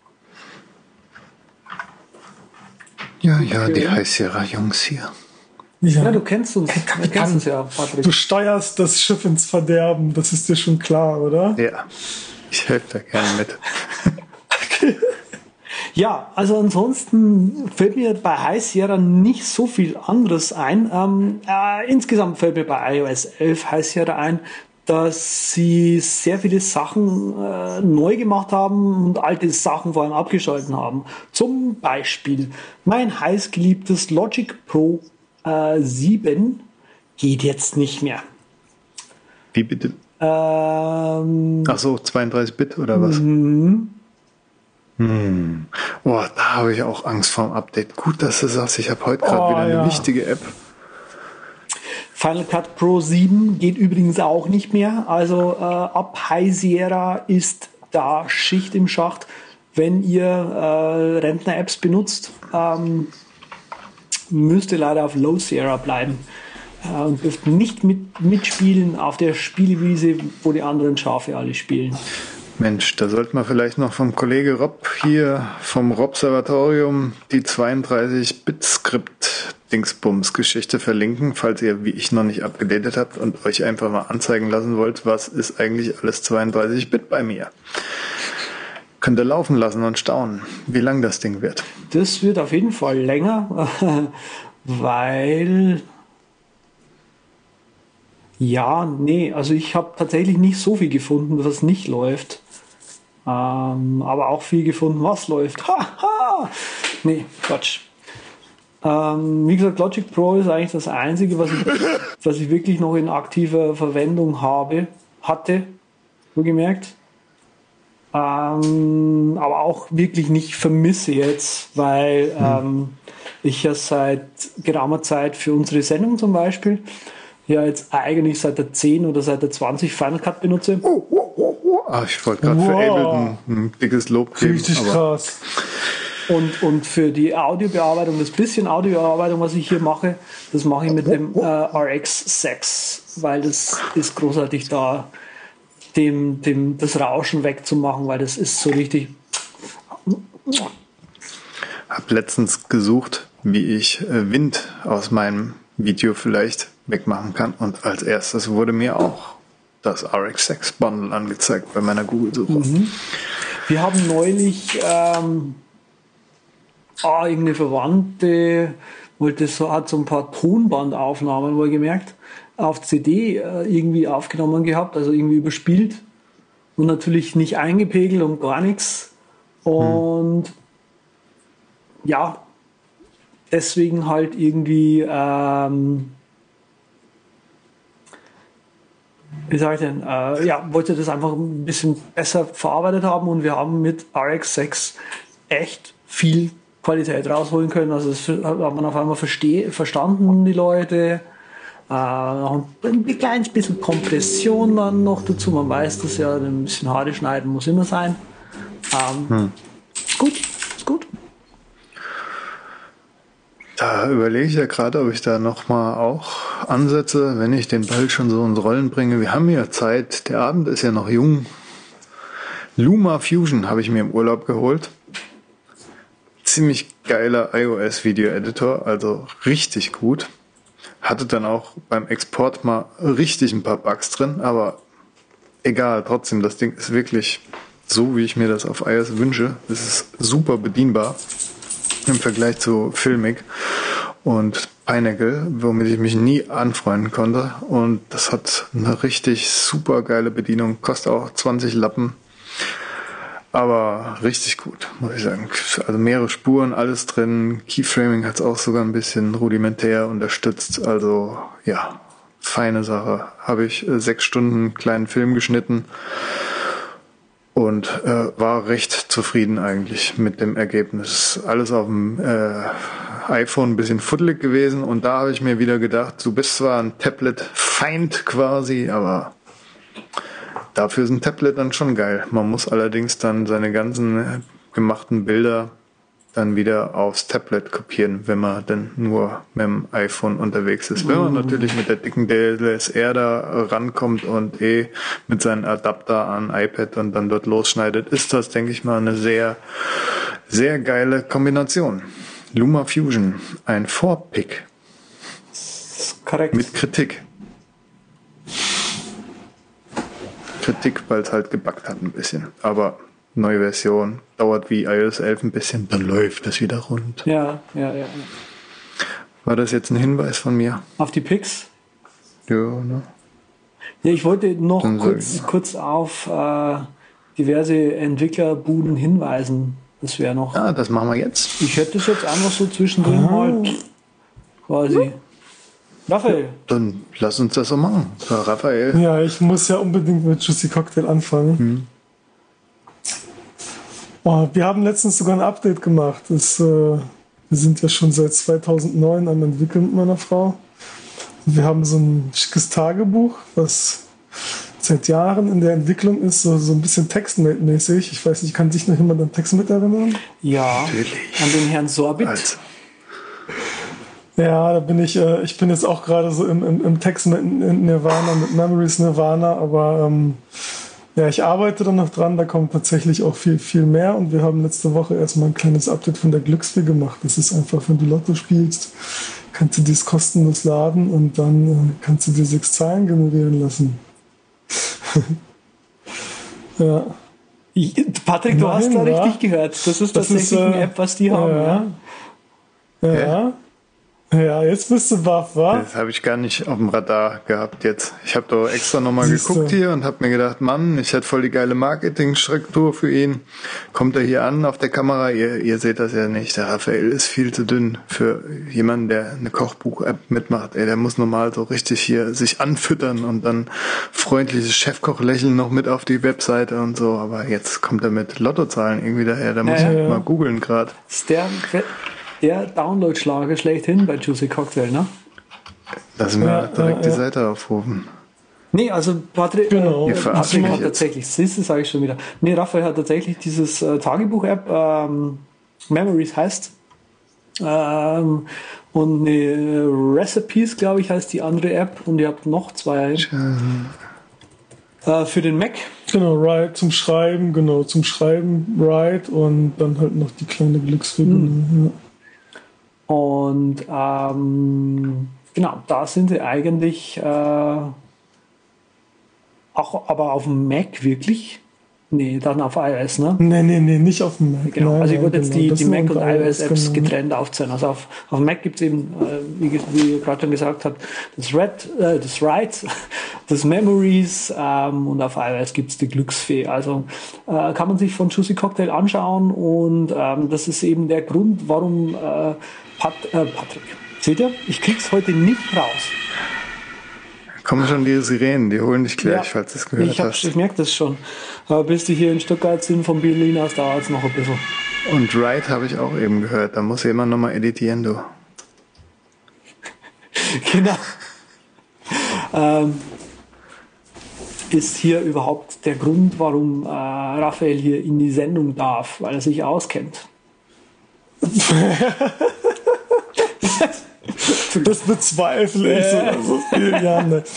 Ja, ja, okay. Die High Sierra Jungs hier. Ja. ja, du kennst uns. Hey, du kennst uns ja, Patrick. Du steuerst das Schiff ins Verderben, das ist dir schon klar, oder? Ja, ich helfe da gerne mit. Okay. Ja, also ansonsten fällt mir bei High Sierra nicht so viel anderes ein. Ähm, äh, insgesamt fällt mir bei i O S elf High Sierra ein, dass sie sehr viele Sachen äh, neu gemacht haben und alte Sachen vor allem abgeschalten haben. Zum Beispiel mein heißgeliebtes Logic Pro äh, sieben geht jetzt nicht mehr. Wie bitte? Ähm, Ach so, zweiunddreißig Bit oder was? Mhm. Hm. Oh, da habe ich auch Angst vorm Update. Gut, dass du sagst, ich habe heute gerade Oh, wieder eine ja. wichtige App. Final Cut Pro sieben geht übrigens auch nicht mehr. Also äh, ab High Sierra ist da Schicht im Schacht. Wenn ihr äh, Rentner-Apps benutzt, ähm, müsst ihr leider auf Low Sierra bleiben äh, und dürft nicht mit, mitspielen auf der Spielewiese, wo die anderen Schafe alle spielen. Mensch, da sollte man vielleicht noch vom Kollege Rob hier vom Robservatorium die zweiunddreißig Bit Skript Dingsbums Geschichte verlinken, falls ihr wie ich noch nicht abgedatet habt und euch einfach mal anzeigen lassen wollt, was ist eigentlich alles zweiunddreißig Bit bei mir. Könnt ihr laufen lassen und staunen, wie lang das Ding wird. Das wird auf jeden Fall länger, weil ja, nee, also ich habe tatsächlich nicht so viel gefunden, was nicht läuft. Ähm, aber auch viel gefunden, was läuft. Haha! Nee, Quatsch. Ähm, wie gesagt, Logic Pro ist eigentlich das Einzige, was ich, was ich wirklich noch in aktiver Verwendung habe, hatte, wohlgemerkt. Ähm, aber auch wirklich nicht vermisse jetzt, weil ähm, ich ja seit geraumer Zeit für unsere Sendung zum Beispiel ja jetzt eigentlich seit der zehn oder seit der zwanzig Final Cut benutze. Oh, oh, oh, oh. Ach, ich wollte gerade für Wow. Ableton ein dickes Lob geben. Richtig aber krass. Und, und für die Audiobearbeitung, das bisschen Audiobearbeitung, was ich hier mache, das mache ich mit dem äh, R X sechs, weil das ist großartig da, dem, dem, das Rauschen wegzumachen, weil das ist so richtig. Hab letztens gesucht, wie ich äh, Wind aus meinem Video vielleicht wegmachen kann und als erstes wurde mir auch das R X sechs Bundle angezeigt bei meiner Google-Suche. Mhm. Wir haben neulich ähm, ah, irgendeine Verwandte wollte so, hat so ein paar Tonbandaufnahmen wohl gemerkt, auf C D äh, irgendwie aufgenommen gehabt, also irgendwie überspielt und natürlich nicht eingepegelt und gar nichts. Und hm. ja, deswegen halt irgendwie ähm, wie sage ich denn, äh, ja, wollte das einfach ein bisschen besser verarbeitet haben und wir haben mit R X sechs echt viel Qualität rausholen können. Also das hat man auf einmal versteh, verstanden, die Leute. Äh, noch ein, ein kleines bisschen Kompression dann noch dazu. Man weiß, dass ja ein bisschen Haare schneiden muss immer sein. Ähm, hm. Ist gut, ist gut. Da überlege ich ja gerade, ob ich da nochmal auch ansetze, wenn ich den Ball schon so ins Rollen bringe. Wir haben ja Zeit, der Abend ist ja noch jung. Luma Fusion habe ich mir im Urlaub geholt. Ziemlich geiler iOS-Video-Editor, also richtig gut. Hatte dann auch beim Export mal richtig ein paar Bugs drin, aber egal, trotzdem, das Ding ist wirklich so, wie ich mir das auf iOS wünsche. Es ist super bedienbar im Vergleich zu Filmic und Pineapple, womit ich mich nie anfreunden konnte. Und das hat eine richtig super geile Bedienung, kostet auch zwanzig Lappen. Aber richtig gut, muss ich sagen. Also mehrere Spuren, alles drin. Keyframing hat es auch sogar ein bisschen rudimentär unterstützt. Also ja, feine Sache. Habe ich äh, sechs Stunden einen kleinen Film geschnitten und äh, war recht zufrieden eigentlich mit dem Ergebnis. Alles auf dem äh, iPhone ein bisschen fuddelig gewesen und da habe ich mir wieder gedacht, du bist zwar ein Tablet-Feind quasi, aber dafür ist ein Tablet dann schon geil. Man muss allerdings dann seine ganzen gemachten Bilder dann wieder aufs Tablet kopieren, wenn man dann nur mit dem iPhone unterwegs ist. Wenn man natürlich mit der dicken D L S R da rankommt und eh mit seinem Adapter an iPad und dann dort losschneidet, ist das, denke ich mal, eine sehr, sehr geile Kombination. Luma Fusion, ein Four-Pick. Korrekt. Mit Kritik. Kritik, weil es halt gebuggt hat ein bisschen. Aber neue Version, dauert wie iOS elf ein bisschen, dann läuft das wieder rund. Ja, ja, ja. War das jetzt ein Hinweis von mir? Auf die Picks? Ja, ne? Ja, ich wollte noch Dann kurz, sag ich. kurz auf äh, diverse Entwicklerbuden hinweisen. Das wäre noch. Ja, das machen wir jetzt. Ich hätte das jetzt einfach so zwischendrin halt quasi. Raphael. Dann lass uns das so machen. Ja, Raphael. Ja, ich muss ja unbedingt mit Juicy Cocktail anfangen. Hm. Oh, wir haben letztens sogar ein Update gemacht. Das, äh, wir sind ja schon seit zweitausendneun am Entwickeln mit meiner Frau. Und wir haben so ein schickes Tagebuch, was seit Jahren in der Entwicklung ist, so, so ein bisschen Textmate-mäßig. Ich weiß nicht, kann sich noch jemand an Textmate erinnern? Ja, Natürlich. an den Herrn Sorbit. Also. Ja, da bin ich, äh, ich bin jetzt auch gerade so im, im, im Text mit Nirvana, mit Memories Nirvana, aber ähm, ja, ich arbeite da noch dran, da kommt tatsächlich auch viel, viel mehr und wir haben letzte Woche erstmal ein kleines Update von der Glücksfee gemacht. Das ist einfach, wenn du Lotto spielst, kannst du dies kostenlos laden und dann äh, kannst du dir sechs Zahlen generieren lassen. Ja. Ich, Patrick, du Nein, hast da ja. richtig gehört. Das ist Das tatsächlich ist, äh, eine App, was die haben. Ja. Ja. Ja. Ja, jetzt bist du baff, wa? Das habe ich gar nicht auf dem Radar gehabt jetzt. Ich habe doch extra nochmal Siehste. geguckt hier und habe mir gedacht, Mann, ich hätte voll die geile Marketingstruktur für ihn. Kommt er hier an auf der Kamera? Ihr, ihr seht das ja nicht. Der Raphael ist viel zu dünn für jemanden, der eine Kochbuch-App mitmacht. Ey, der muss normal so richtig hier sich anfüttern und dann freundliches Chefkoch-Lächeln noch mit auf die Webseite und so. Aber jetzt kommt er mit Lottozahlen irgendwie daher. Da muss Ja, ich ja. mal googeln gerade. Das ist der, der Download-Schlager schlechthin bei Juicy Cocktail, ne? Lass mir Ja, direkt ja, die ja. Seite aufrufen. Nee, also Patrick, Genau. äh, Ihr verarscht Patrick mich hat jetzt. tatsächlich, siehst du, sage ich schon wieder. Nee, Raphael hat tatsächlich dieses äh, Tagebuch-App, ähm, Memories heißt, ähm, und eine Recipes, glaube ich, heißt die andere App, und ihr habt noch zwei äh, für den Mac. Genau, Write zum Schreiben, genau, zum Schreiben Write und dann halt noch die kleine Glücksfee. Hm. Ja. Und ähm, genau, da sind sie eigentlich äh, auch, aber auf dem Mac wirklich. Nee, dann auf iOS, ne? Nee, nee, nee, nicht auf dem Mac. Genau. Nein, Also ich nein, wollte jetzt genau. die, Das die nur Mac- und unter iOS-Apps genau. getrennt aufzählen. Also auf, auf dem Mac gibt es eben, äh, wie, wie ihr gerade schon gesagt habt, das Red, äh, das Write, das Memories ähm, und auf iOS gibt es die Glücksfee. Also äh, kann man sich von Juicy Cocktail anschauen und ähm, das ist eben der Grund, warum äh, Pat, äh, Patrick, seht ihr, ich krieg's heute nicht raus. Kommen schon die Sirenen, die holen dich gleich, Ja, falls du es gehört ich, hab, hast. ich merke das schon. Aber bis die hier in Stuttgart sind von Berlin aus, dauert es noch ein bisschen. Und Write habe ich auch eben gehört. Da muss jemand nochmal editieren, du. Genau. ähm, ist hier überhaupt der Grund, warum äh, Raphael hier in die Sendung darf, weil er sich auskennt. Das bezweifle ich so, so vielen Jahren. Ne.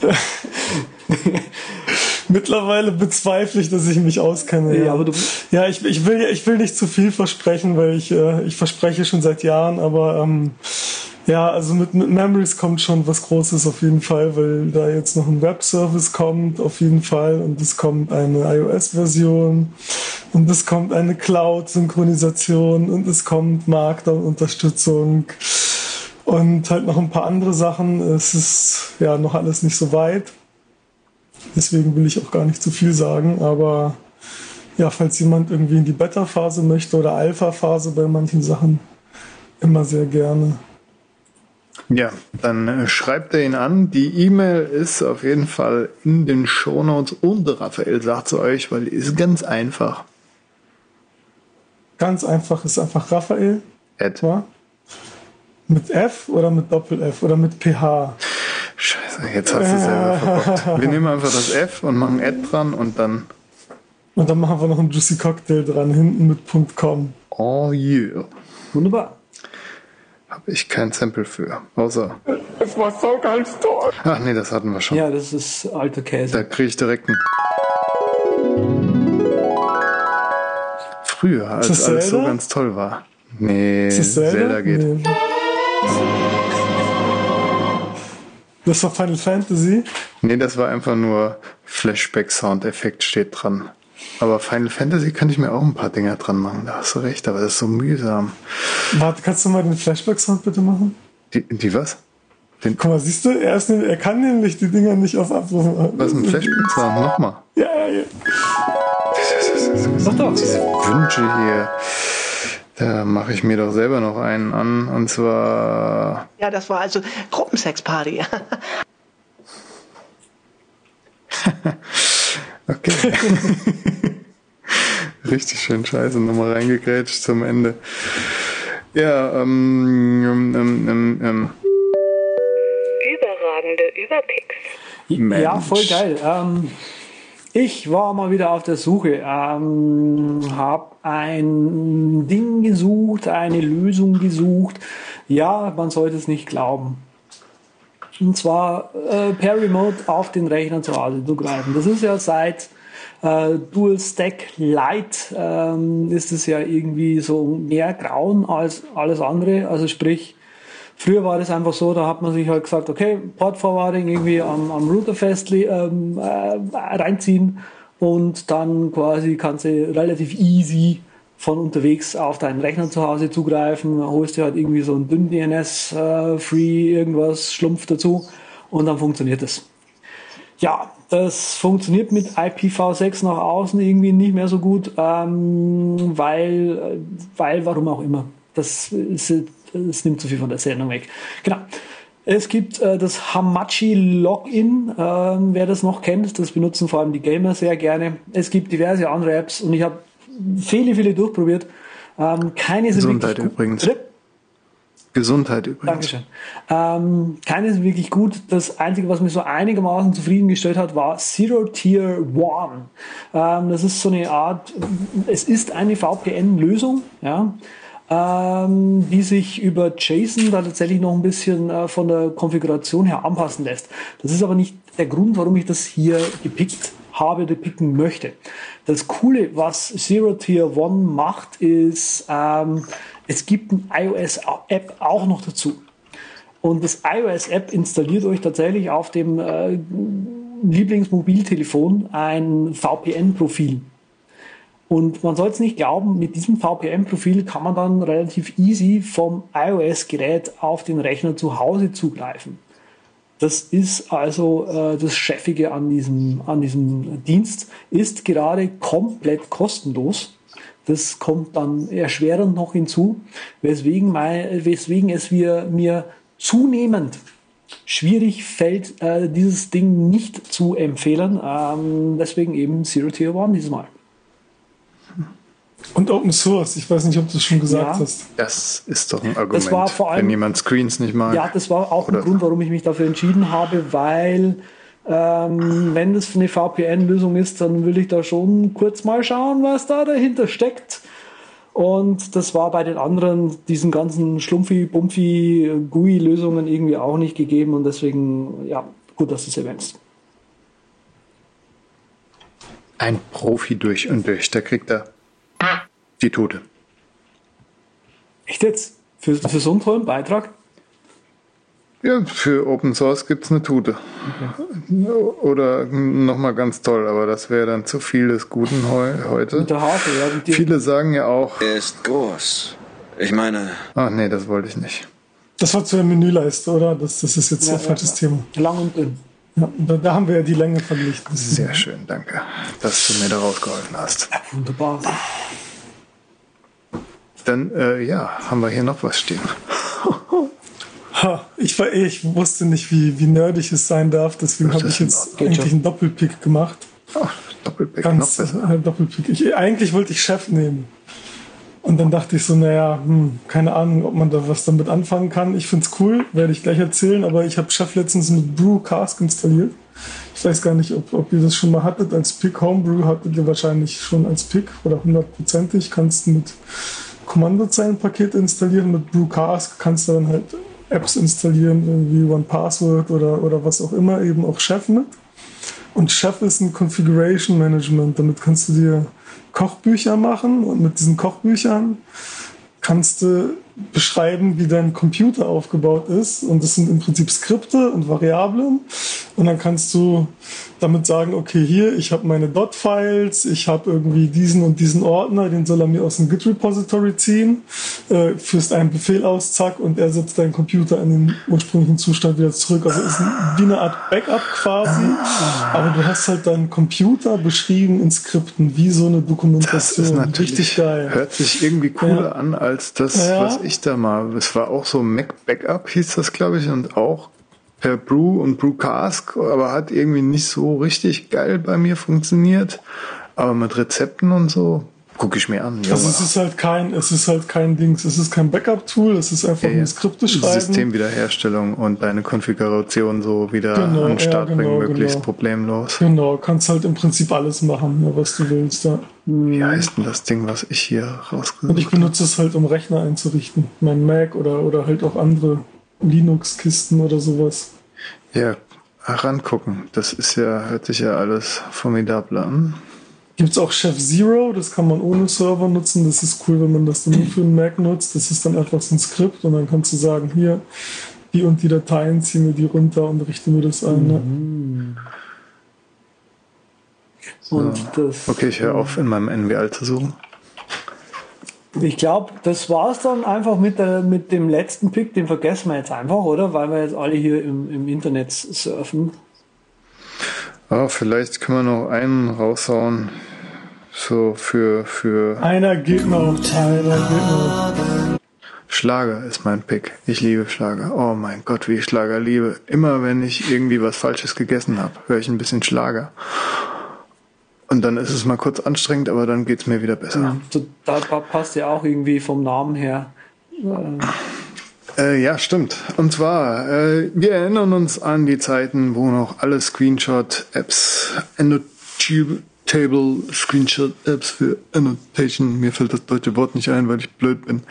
Mittlerweile bezweifle ich, dass ich mich auskenne. Ja, Ja, aber du- ja ich, ich, will, ich will nicht zu viel versprechen, weil ich, äh, ich verspreche schon seit Jahren, aber ähm, ja, also mit, mit Memories kommt schon was Großes auf jeden Fall, weil da jetzt noch ein Webservice kommt, auf jeden Fall, und es kommt eine iOS-Version und es kommt eine Cloud-Synchronisation und es kommt Markdown-Unterstützung. Und halt noch ein paar andere Sachen. Es ist ja noch alles nicht so weit. Deswegen will ich auch gar nicht zu viel sagen. Aber ja, falls jemand irgendwie in die Beta-Phase möchte oder Alpha-Phase bei manchen Sachen, immer sehr gerne. Ja, dann äh, schreibt er ihn an. Die E-Mail ist auf jeden Fall in den Shownotes und Raphael sagt zu euch, weil die ist ganz einfach. Ganz einfach ist einfach Raphael. Ed. Ja? Mit F oder mit Doppel-F oder mit P H. Scheiße, jetzt hast du es selber verbockt. Wir nehmen einfach das F und machen Ed dran und dann Und dann machen wir noch einen Juicy Cocktail dran, hinten mit .com. oh yeah. Wunderbar. Habe ich kein Sample für. Außer. Es war so ganz toll. Ach nee, das hatten wir schon. Ja, das ist alter Käse. Da kriege ich direkt einen. Früher, als das alles so Zelda? ganz toll war. Nee, Ist das Zelda? Zelda? geht. Nee. Das war Final Fantasy. Nee, das war einfach nur Flashback-Soundeffekt steht dran. Aber Final Fantasy könnte ich mir auch ein paar Dinger dran machen. Da hast du recht, aber das ist so mühsam. Warte, kannst du mal den Flashback-Sound bitte machen? Die, die was? Den, Guck mal, siehst du, er, ist, nämlich- er kann nämlich die Dinger nicht auf Abruf machen. was ist ein Flashback-Sound? Nochmal. Ja, ja, ja. Doch, doch. Diese Wünsche hier. Da mache ich mir doch selber noch einen an, und zwar... Ja, das war also Gruppensexparty. Okay. Richtig schön scheiße, nochmal reingegrätscht zum Ende. Ja, ähm, ähm, ähm, ähm. Überragende Überpicks. Mensch. Ja, voll geil. Ähm, ich war mal wieder auf der Suche, ähm, habe ein Ding gesucht, eine Lösung gesucht. Ja, man sollte es nicht glauben. Und zwar äh, per Remote auf den Rechner zu Hause zugreifen. Das ist ja seit äh, Dual Stack Lite ähm, ist es ja irgendwie so mehr Grauen als alles andere. Also sprich, früher war das einfach so, da hat man sich halt gesagt, okay, Port Forwarding irgendwie am, am Router fest ähm, äh, reinziehen und dann quasi kannst du relativ easy von unterwegs auf deinen Rechner zu Hause zugreifen, holst dir halt irgendwie so ein dünn D N S, äh, Free, irgendwas, Schlumpf dazu und dann funktioniert das. Ja, das funktioniert mit I P v sechs nach außen irgendwie nicht mehr so gut, ähm, weil, weil, warum auch immer. Das, ist, das nimmt zu viel von der Sendung weg. Genau. Es gibt äh, das Hamachi Login, äh, wer das noch kennt, das benutzen vor allem die Gamer sehr gerne. Es gibt diverse andere Apps und ich habe viele, viele durchprobiert. Ähm, keine sind Gesundheit wirklich übrigens. Gut. Gesundheit übrigens. Dankeschön. Ähm, keine sind wirklich gut. Das Einzige, was mich so einigermaßen zufriedengestellt hat, war Zero Tier One. Ähm, das ist so eine Art, es ist eine V P N-Lösung, ja, ähm, die sich über JSON da tatsächlich noch ein bisschen äh, von der Konfiguration her anpassen lässt. Das ist aber nicht der Grund, warum ich das hier gepickt habe oder picken möchte. Das Coole, was Zero Tier One macht, ist, ähm, es gibt eine iOS-App auch noch dazu. Und das iOS-App installiert euch tatsächlich auf dem äh, Lieblingsmobiltelefon ein V P N-Profil. Und man soll es nicht glauben, mit diesem V P N-Profil kann man dann relativ easy vom iOS-Gerät auf den Rechner zu Hause zugreifen. Das ist also äh, das Chefige an diesem, an diesem Dienst, ist gerade komplett kostenlos. Das kommt dann erschwerend noch hinzu, weswegen, mein, weswegen es wir, mir zunehmend schwierig fällt, äh, dieses Ding nicht zu empfehlen. Ähm, deswegen eben Zero Tier One dieses Mal. Und Open Source, ich weiß nicht, ob du es schon gesagt Ja. hast. Das ist doch ein Argument, Das war vor allem- wenn jemand Screens nicht mag. Ja, das war auch Oder ein Grund, warum ich mich dafür entschieden habe, weil ähm, wenn das eine V P N-Lösung ist, dann will ich da schon kurz mal schauen, was da dahinter steckt. Und das war bei den anderen, diesen ganzen Schlumpfi, Bumpfi, G U I-Lösungen irgendwie auch nicht gegeben und deswegen, ja, gut, dass du es erwähnst. Ein Profi durch und durch, da kriegt er die Tute. Echt jetzt? Für, für so einen tollen Beitrag? Ja, für Open Source gibt es eine Tute. Okay. Oder nochmal ganz toll, aber das wäre dann zu viel des Guten heu heute. Mit der Harte, ja. Mit dir. Viele sagen ja auch... Er ist groß. Ich meine... Ach nee, das wollte ich nicht. Das war zu der Menüleiste, oder? Das, das ist jetzt Ja, ein falsches ja, Thema. Lang und dünn. Ja, da, da haben wir ja die Länge verglichen. Sehr schön, danke, dass du mir da rausgeholfen hast. Ja, wunderbar. Dann, äh, ja, haben wir hier noch was stehen. Ha, ich, war, ich wusste nicht, wie, wie nerdig es sein darf, deswegen habe ich jetzt Geht eigentlich schon. einen Doppelpick gemacht. Oh, Doppelpick, Ganz noch besser. äh, Doppelpick. Ich, eigentlich wollte ich Chef nehmen. Und dann dachte ich so, naja, hm, keine Ahnung, ob man da was damit anfangen kann. Ich find's cool, werde ich gleich erzählen, aber ich habe Chef letztens mit Brew Cask installiert. Ich weiß gar nicht, ob, ob ihr das schon mal hattet als Pick. Homebrew hattet ihr wahrscheinlich schon als Pick oder hundertprozentig. Kannst du mit Kommandozeilenpakete installieren, mit Brew Cask kannst du dann halt Apps installieren, wie one Password oder, oder was auch immer, eben auch Chef mit. Und Chef ist ein Configuration Management, damit kannst du dir Kochbücher machen und mit diesen Kochbüchern kannst du beschreiben, wie dein Computer aufgebaut ist. Und das sind im Prinzip Skripte und Variablen. Und dann kannst du damit sagen, okay, hier, ich habe meine Dot-Files, ich habe irgendwie diesen und diesen Ordner, den soll er mir aus dem Git-Repository ziehen, äh, führst einen Befehl aus, zack, und er setzt deinen Computer in den ursprünglichen Zustand wieder zurück. Also ist wie eine Art Backup quasi, aber du hast halt deinen Computer beschrieben in Skripten, wie so eine Dokumentation. Das ist natürlich, richtig geil. Hört sich irgendwie cooler ja. an als das, ja. was ich da mal. Es war auch so Mac Backup, hieß das, glaube ich, und auch per Brew und Brewcask, aber hat irgendwie nicht so richtig geil bei mir funktioniert. Aber mit Rezepten und so gucke ich mir an. Also es ist halt kein, es ist halt kein Dings, es ist kein Backup-Tool, es ist einfach ja, nur Skripte schreiben. Systemwiederherstellung und deine Konfiguration so wieder genau, an den Start ja, genau, bringen, möglichst genau. problemlos. Genau, kannst halt im Prinzip alles machen, was du willst. Ja. Wie heißt denn das Ding, was ich hier rausgesucht habe? Und ich benutze es halt, um Rechner einzurichten. Mein Mac oder, oder halt auch andere Linux-Kisten oder sowas. Ja, rangucken. Das ist ja, hört sich ja alles formidabel an. Gibt es auch Chef Zero, das kann man ohne Server nutzen. Das ist cool, wenn man das dann nur für einen Mac nutzt. Das ist dann einfach so ein Skript und dann kannst du sagen, hier, die und die Dateien, zieh mir die runter und richte mir das ein. Mhm. So. Und das, okay, ich höre auf, in meinem N W L zu suchen. Ich glaube, das war's dann einfach mit, der, mit dem letzten Pick. Den vergessen wir jetzt einfach, oder? Weil wir jetzt alle hier im, im Internet surfen. Ah, vielleicht können wir noch einen raushauen. So für, für... Einer geht noch. Einer geht noch. Schlager ist mein Pick. Ich liebe Schlager. Oh mein Gott, wie ich Schlager liebe. Immer wenn ich irgendwie was Falsches gegessen habe, höre ich ein bisschen Schlager. Und dann ist es mal kurz anstrengend, aber dann geht es mir wieder besser. Ja, so, da passt ja auch irgendwie vom Namen her. Äh, ja, stimmt. Und zwar, äh, wir erinnern uns an die Zeiten, wo noch alle Screenshot-Apps, Annotable Screenshot-Apps für Annotation, mir fällt das deutsche Wort nicht ein, weil ich blöd bin.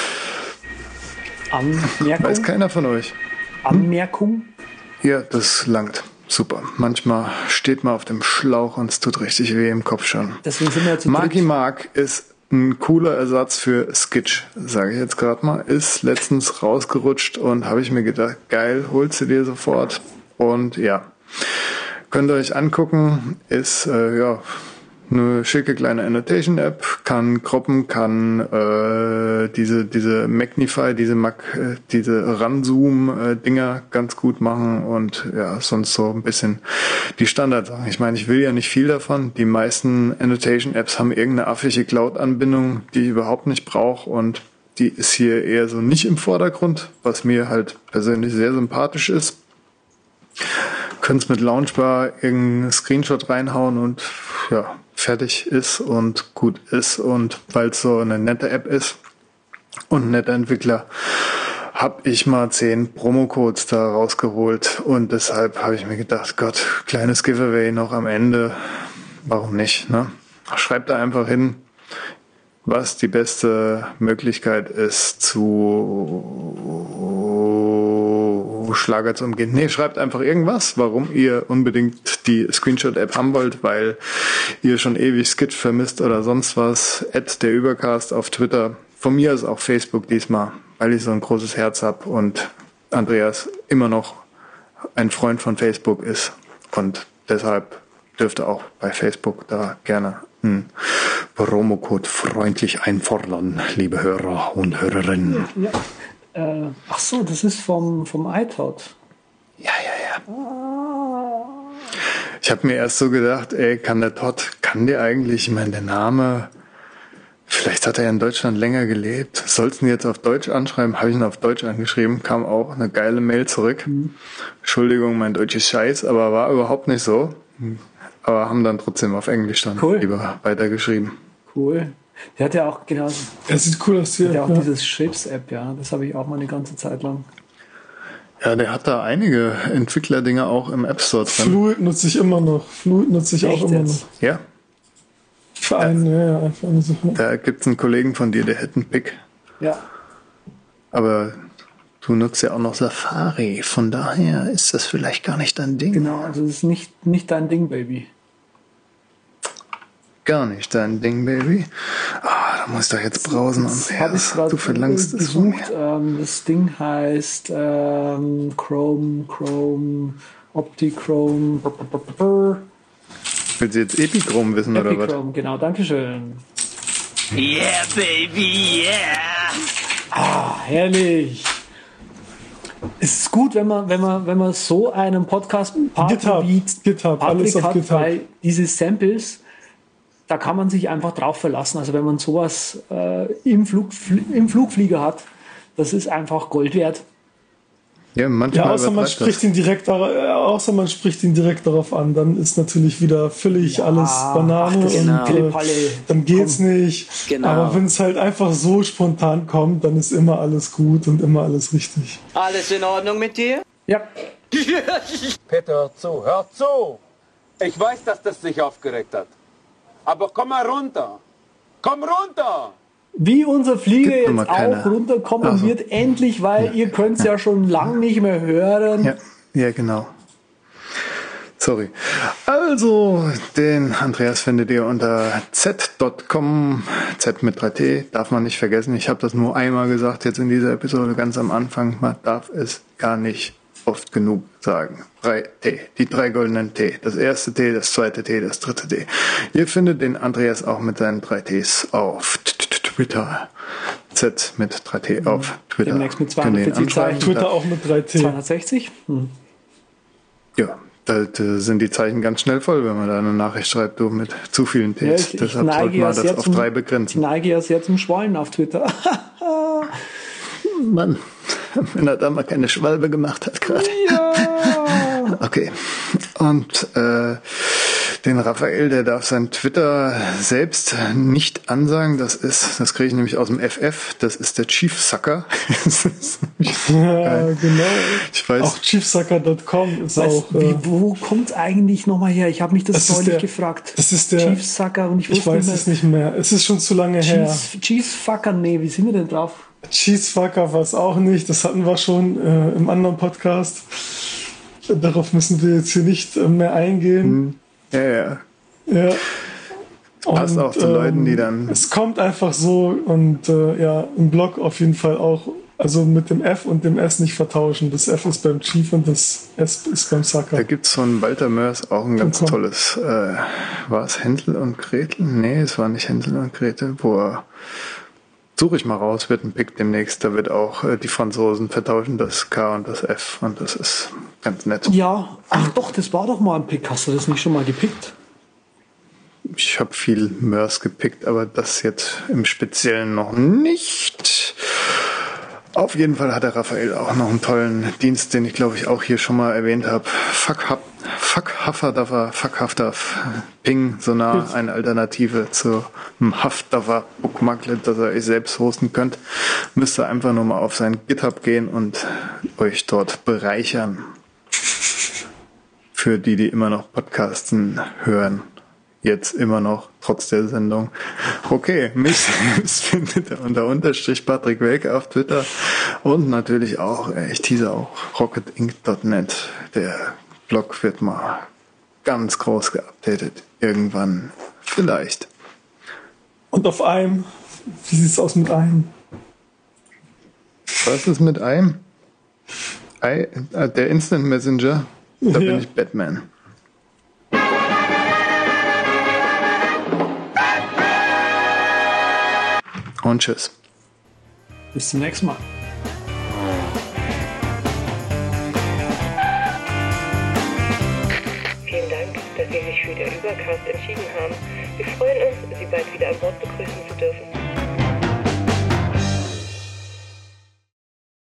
Anmerkung? Weiß keiner von euch. Hm? Anmerkung? Ja, das langt. Super. Manchmal steht man auf dem Schlauch und es tut richtig weh im Kopf schon. Deswegen sind wir jetzt Marky Mark ist ein cooler Ersatz für Skitch, sage ich jetzt gerade mal. Ist letztens rausgerutscht und habe ich mir gedacht, geil, holst du dir sofort. Und ja, könnt ihr euch angucken. Ist äh, ja eine schicke kleine Annotation-App, kann Gruppen, kann äh, diese diese Magnify, diese Mac, äh, diese Ranzoom-Dinger äh, ganz gut machen und ja, sonst so ein bisschen die Standardsachen. Ich meine, ich will ja nicht viel davon. Die meisten Annotation-Apps haben irgendeine affige Cloud-Anbindung, die ich überhaupt nicht brauche und die ist hier eher so nicht im Vordergrund, was mir halt persönlich sehr sympathisch ist. Könnt's mit Launchbar irgendeinen Screenshot reinhauen und ja, fertig ist und gut ist und weil es so eine nette App ist und ein netter Entwickler, habe ich mal zehn Promo-Codes da rausgeholt und deshalb habe ich mir gedacht, Gott, kleines Giveaway noch am Ende, warum nicht, ne? Schreibt da einfach hin, was die beste Möglichkeit ist, zu Schlager zu umgehen. Nee, schreibt einfach irgendwas, warum ihr unbedingt die Screenshot-App haben wollt, weil ihr schon ewig Skitch vermisst oder sonst was. At der Übercast auf Twitter. Von mir ist auch Facebook diesmal, weil ich so ein großes Herz habe und Andreas immer noch ein Freund von Facebook ist. Und deshalb dürft ihr auch bei Facebook da gerne einen Promocode freundlich einfordern, liebe Hörer und Hörerinnen. Ja. Äh, ach so, das ist vom, vom iTod. Ja, ja, ja. Ich habe mir erst so gedacht, ey, kann der Todd, kann der eigentlich, ich meine, der Name, vielleicht hat er ja in Deutschland länger gelebt, sollst du ihn jetzt auf Deutsch anschreiben? Habe ich ihn auf Deutsch angeschrieben, kam auch eine geile Mail zurück. Mhm. Entschuldigung, mein Deutsch ist scheiß, aber war überhaupt nicht so. Aber haben dann trotzdem auf Englisch dann cool. lieber weitergeschrieben. Cool. Der hat ja auch genau. Er sieht cool aus hier. Der hat ja auch dieses Shapes-App, ja. Das habe ich auch mal eine ganze Zeit lang. Ja, der hat da einige Entwickler-Dinge auch im App Store drin. Fluid nutze ich immer noch. Fluid nutze ich Echt auch immer jetzt? noch. Ja. Für einen, ja, ja, einfach eine Sache. Da gibt es einen Kollegen von dir, der hätte einen Pick. Ja. Aber du nutzt ja auch noch Safari. Von daher ist das vielleicht gar nicht dein Ding. Genau, also das ist nicht, nicht dein Ding, Baby. Gar nicht dein Ding, Baby. Ah, da muss ich doch jetzt brausen. Andreas. Du verlangst es von mir. Ähm, das Ding heißt ähm, Chrome, Chrome Optichrome. Willst du jetzt Epichrome wissen Epichrome, oder was? genau, dankeschön. Yeah, baby, yeah! Ah, herrlich. Es ist gut, wenn man, wenn man, wenn man so einen Podcast GitHub, GitHub, alles auf hat, GitHub. weil diese Samples, da kann man sich einfach drauf verlassen. Also wenn man sowas äh, im, Flug, im Flugflieger hat, das ist einfach Gold wert. Ja, manchmal ja, außer man spricht ihn direkt, außer man spricht ihn direkt darauf an, dann ist natürlich wieder völlig ja, alles Banane ach, genau. und äh, dann geht's Komm. nicht. Genau. Aber wenn es halt einfach so spontan kommt, dann ist immer alles gut und immer alles richtig. Alles in Ordnung mit dir? Ja. Peter, hör zu, hör zu! Ich weiß, dass das dich aufgeregt hat. Aber komm mal runter! Komm runter! Wie unser Flieger jetzt auch runterkommen also. wird, endlich, weil ja. ihr könnt es ja. ja schon lang nicht mehr hören. Ja, ja genau. Sorry. Also, den Andreas findet ihr unter z Punkt com, Z mit drei T, darf man nicht vergessen. Ich habe das nur einmal gesagt, jetzt in dieser Episode ganz am Anfang. Man darf es gar nicht oft genug sagen. drei T, die drei goldenen T. Das erste T, das zweite T, das dritte T. Ihr findet den Andreas auch mit seinen drei Ts auf Twitter. Z mit drei T auf Twitter. Demnächst mit zweihundertvierzig Zeichen. Twitter auch mit drei T. zweihundertsechzig? Hm. Ja, da sind die Zeichen ganz schnell voll, wenn man da eine Nachricht schreibt, du mit zu vielen Ts. Ja, ich, Deshalb sollte man das auf zum, drei begrenzen. Ich neige ja sehr zum Schwallen auf Twitter. Mann, wenn er da mal keine Schwalbe gemacht hat gerade. Ja. Okay. Und äh, den Raphael, der darf sein Twitter selbst nicht ansagen. Das ist, das kriege ich nämlich aus dem F F. Das ist der Chief Sucker. Ja, genau. Ich weiß. Auch chiefsucker Punkt com ist weißt, auch. Wie, wo kommt es eigentlich nochmal her? Ich habe mich das, das neulich der, gefragt. Das ist der Chief Sucker und ich wusste ich weiß nicht mehr. es nicht mehr. Es ist schon zu lange Cheese, her. Cheesefucker, nee, wie sind wir denn drauf? Cheesefucker war es auch nicht. Das hatten wir schon äh, im anderen Podcast. Darauf müssen wir jetzt hier nicht äh, mehr eingehen. Hm. Ja, ja. Ja. Passt auch zu ähm, Leuten, die dann... Es kommt einfach so und äh, ja, im Blog auf jeden Fall auch, also mit dem F und dem S nicht vertauschen. Das F ist beim Chief und das S ist beim Sucker. Da gibt es von Walter Mörs auch ein ganz tolles, äh, war es Hänsel und Gretel? Nee, es war nicht Hänsel und Gretel, wo er, suche ich mal raus, wird ein Pick demnächst, da wird auch äh, die Franzosen vertauschen das K und das F und das ist ganz nett. Ja, ach doch, das war doch mal ein Pick. Hast du das nicht schon mal gepickt? Ich habe viel Mörs gepickt, aber das jetzt im Speziellen noch nicht. Auf jeden Fall hat der Raphael auch noch einen tollen Dienst, den ich glaube ich auch hier schon mal erwähnt habe. Fuck, hab, fuck Hafferdaffer, fuck Haftaf, Ping, Sonar, eine Alternative zu einem Haftdaffer Bookmarklet, das ihr euch selbst hosten könnt. Müsst ihr einfach nur mal auf sein GitHub gehen und euch dort bereichern. Für die, die immer noch Podcasten hören. Jetzt immer noch, trotz der Sendung. Okay, mich findet ihr unter Unterstrich Patrick Welke auf Twitter und natürlich auch, ich tease auch, rocket inc Punkt net. Der Blog wird mal ganz groß geupdatet. Irgendwann vielleicht. Und auf einem, wie sieht es aus mit einem? Was ist mit einem? I, äh, der Instant Messenger, da ja. bin ich Batman. Und tschüss. Bis zum nächsten Mal. Vielen Dank, dass Sie sich für den Übercast entschieden haben. Wir freuen uns, Sie bald wieder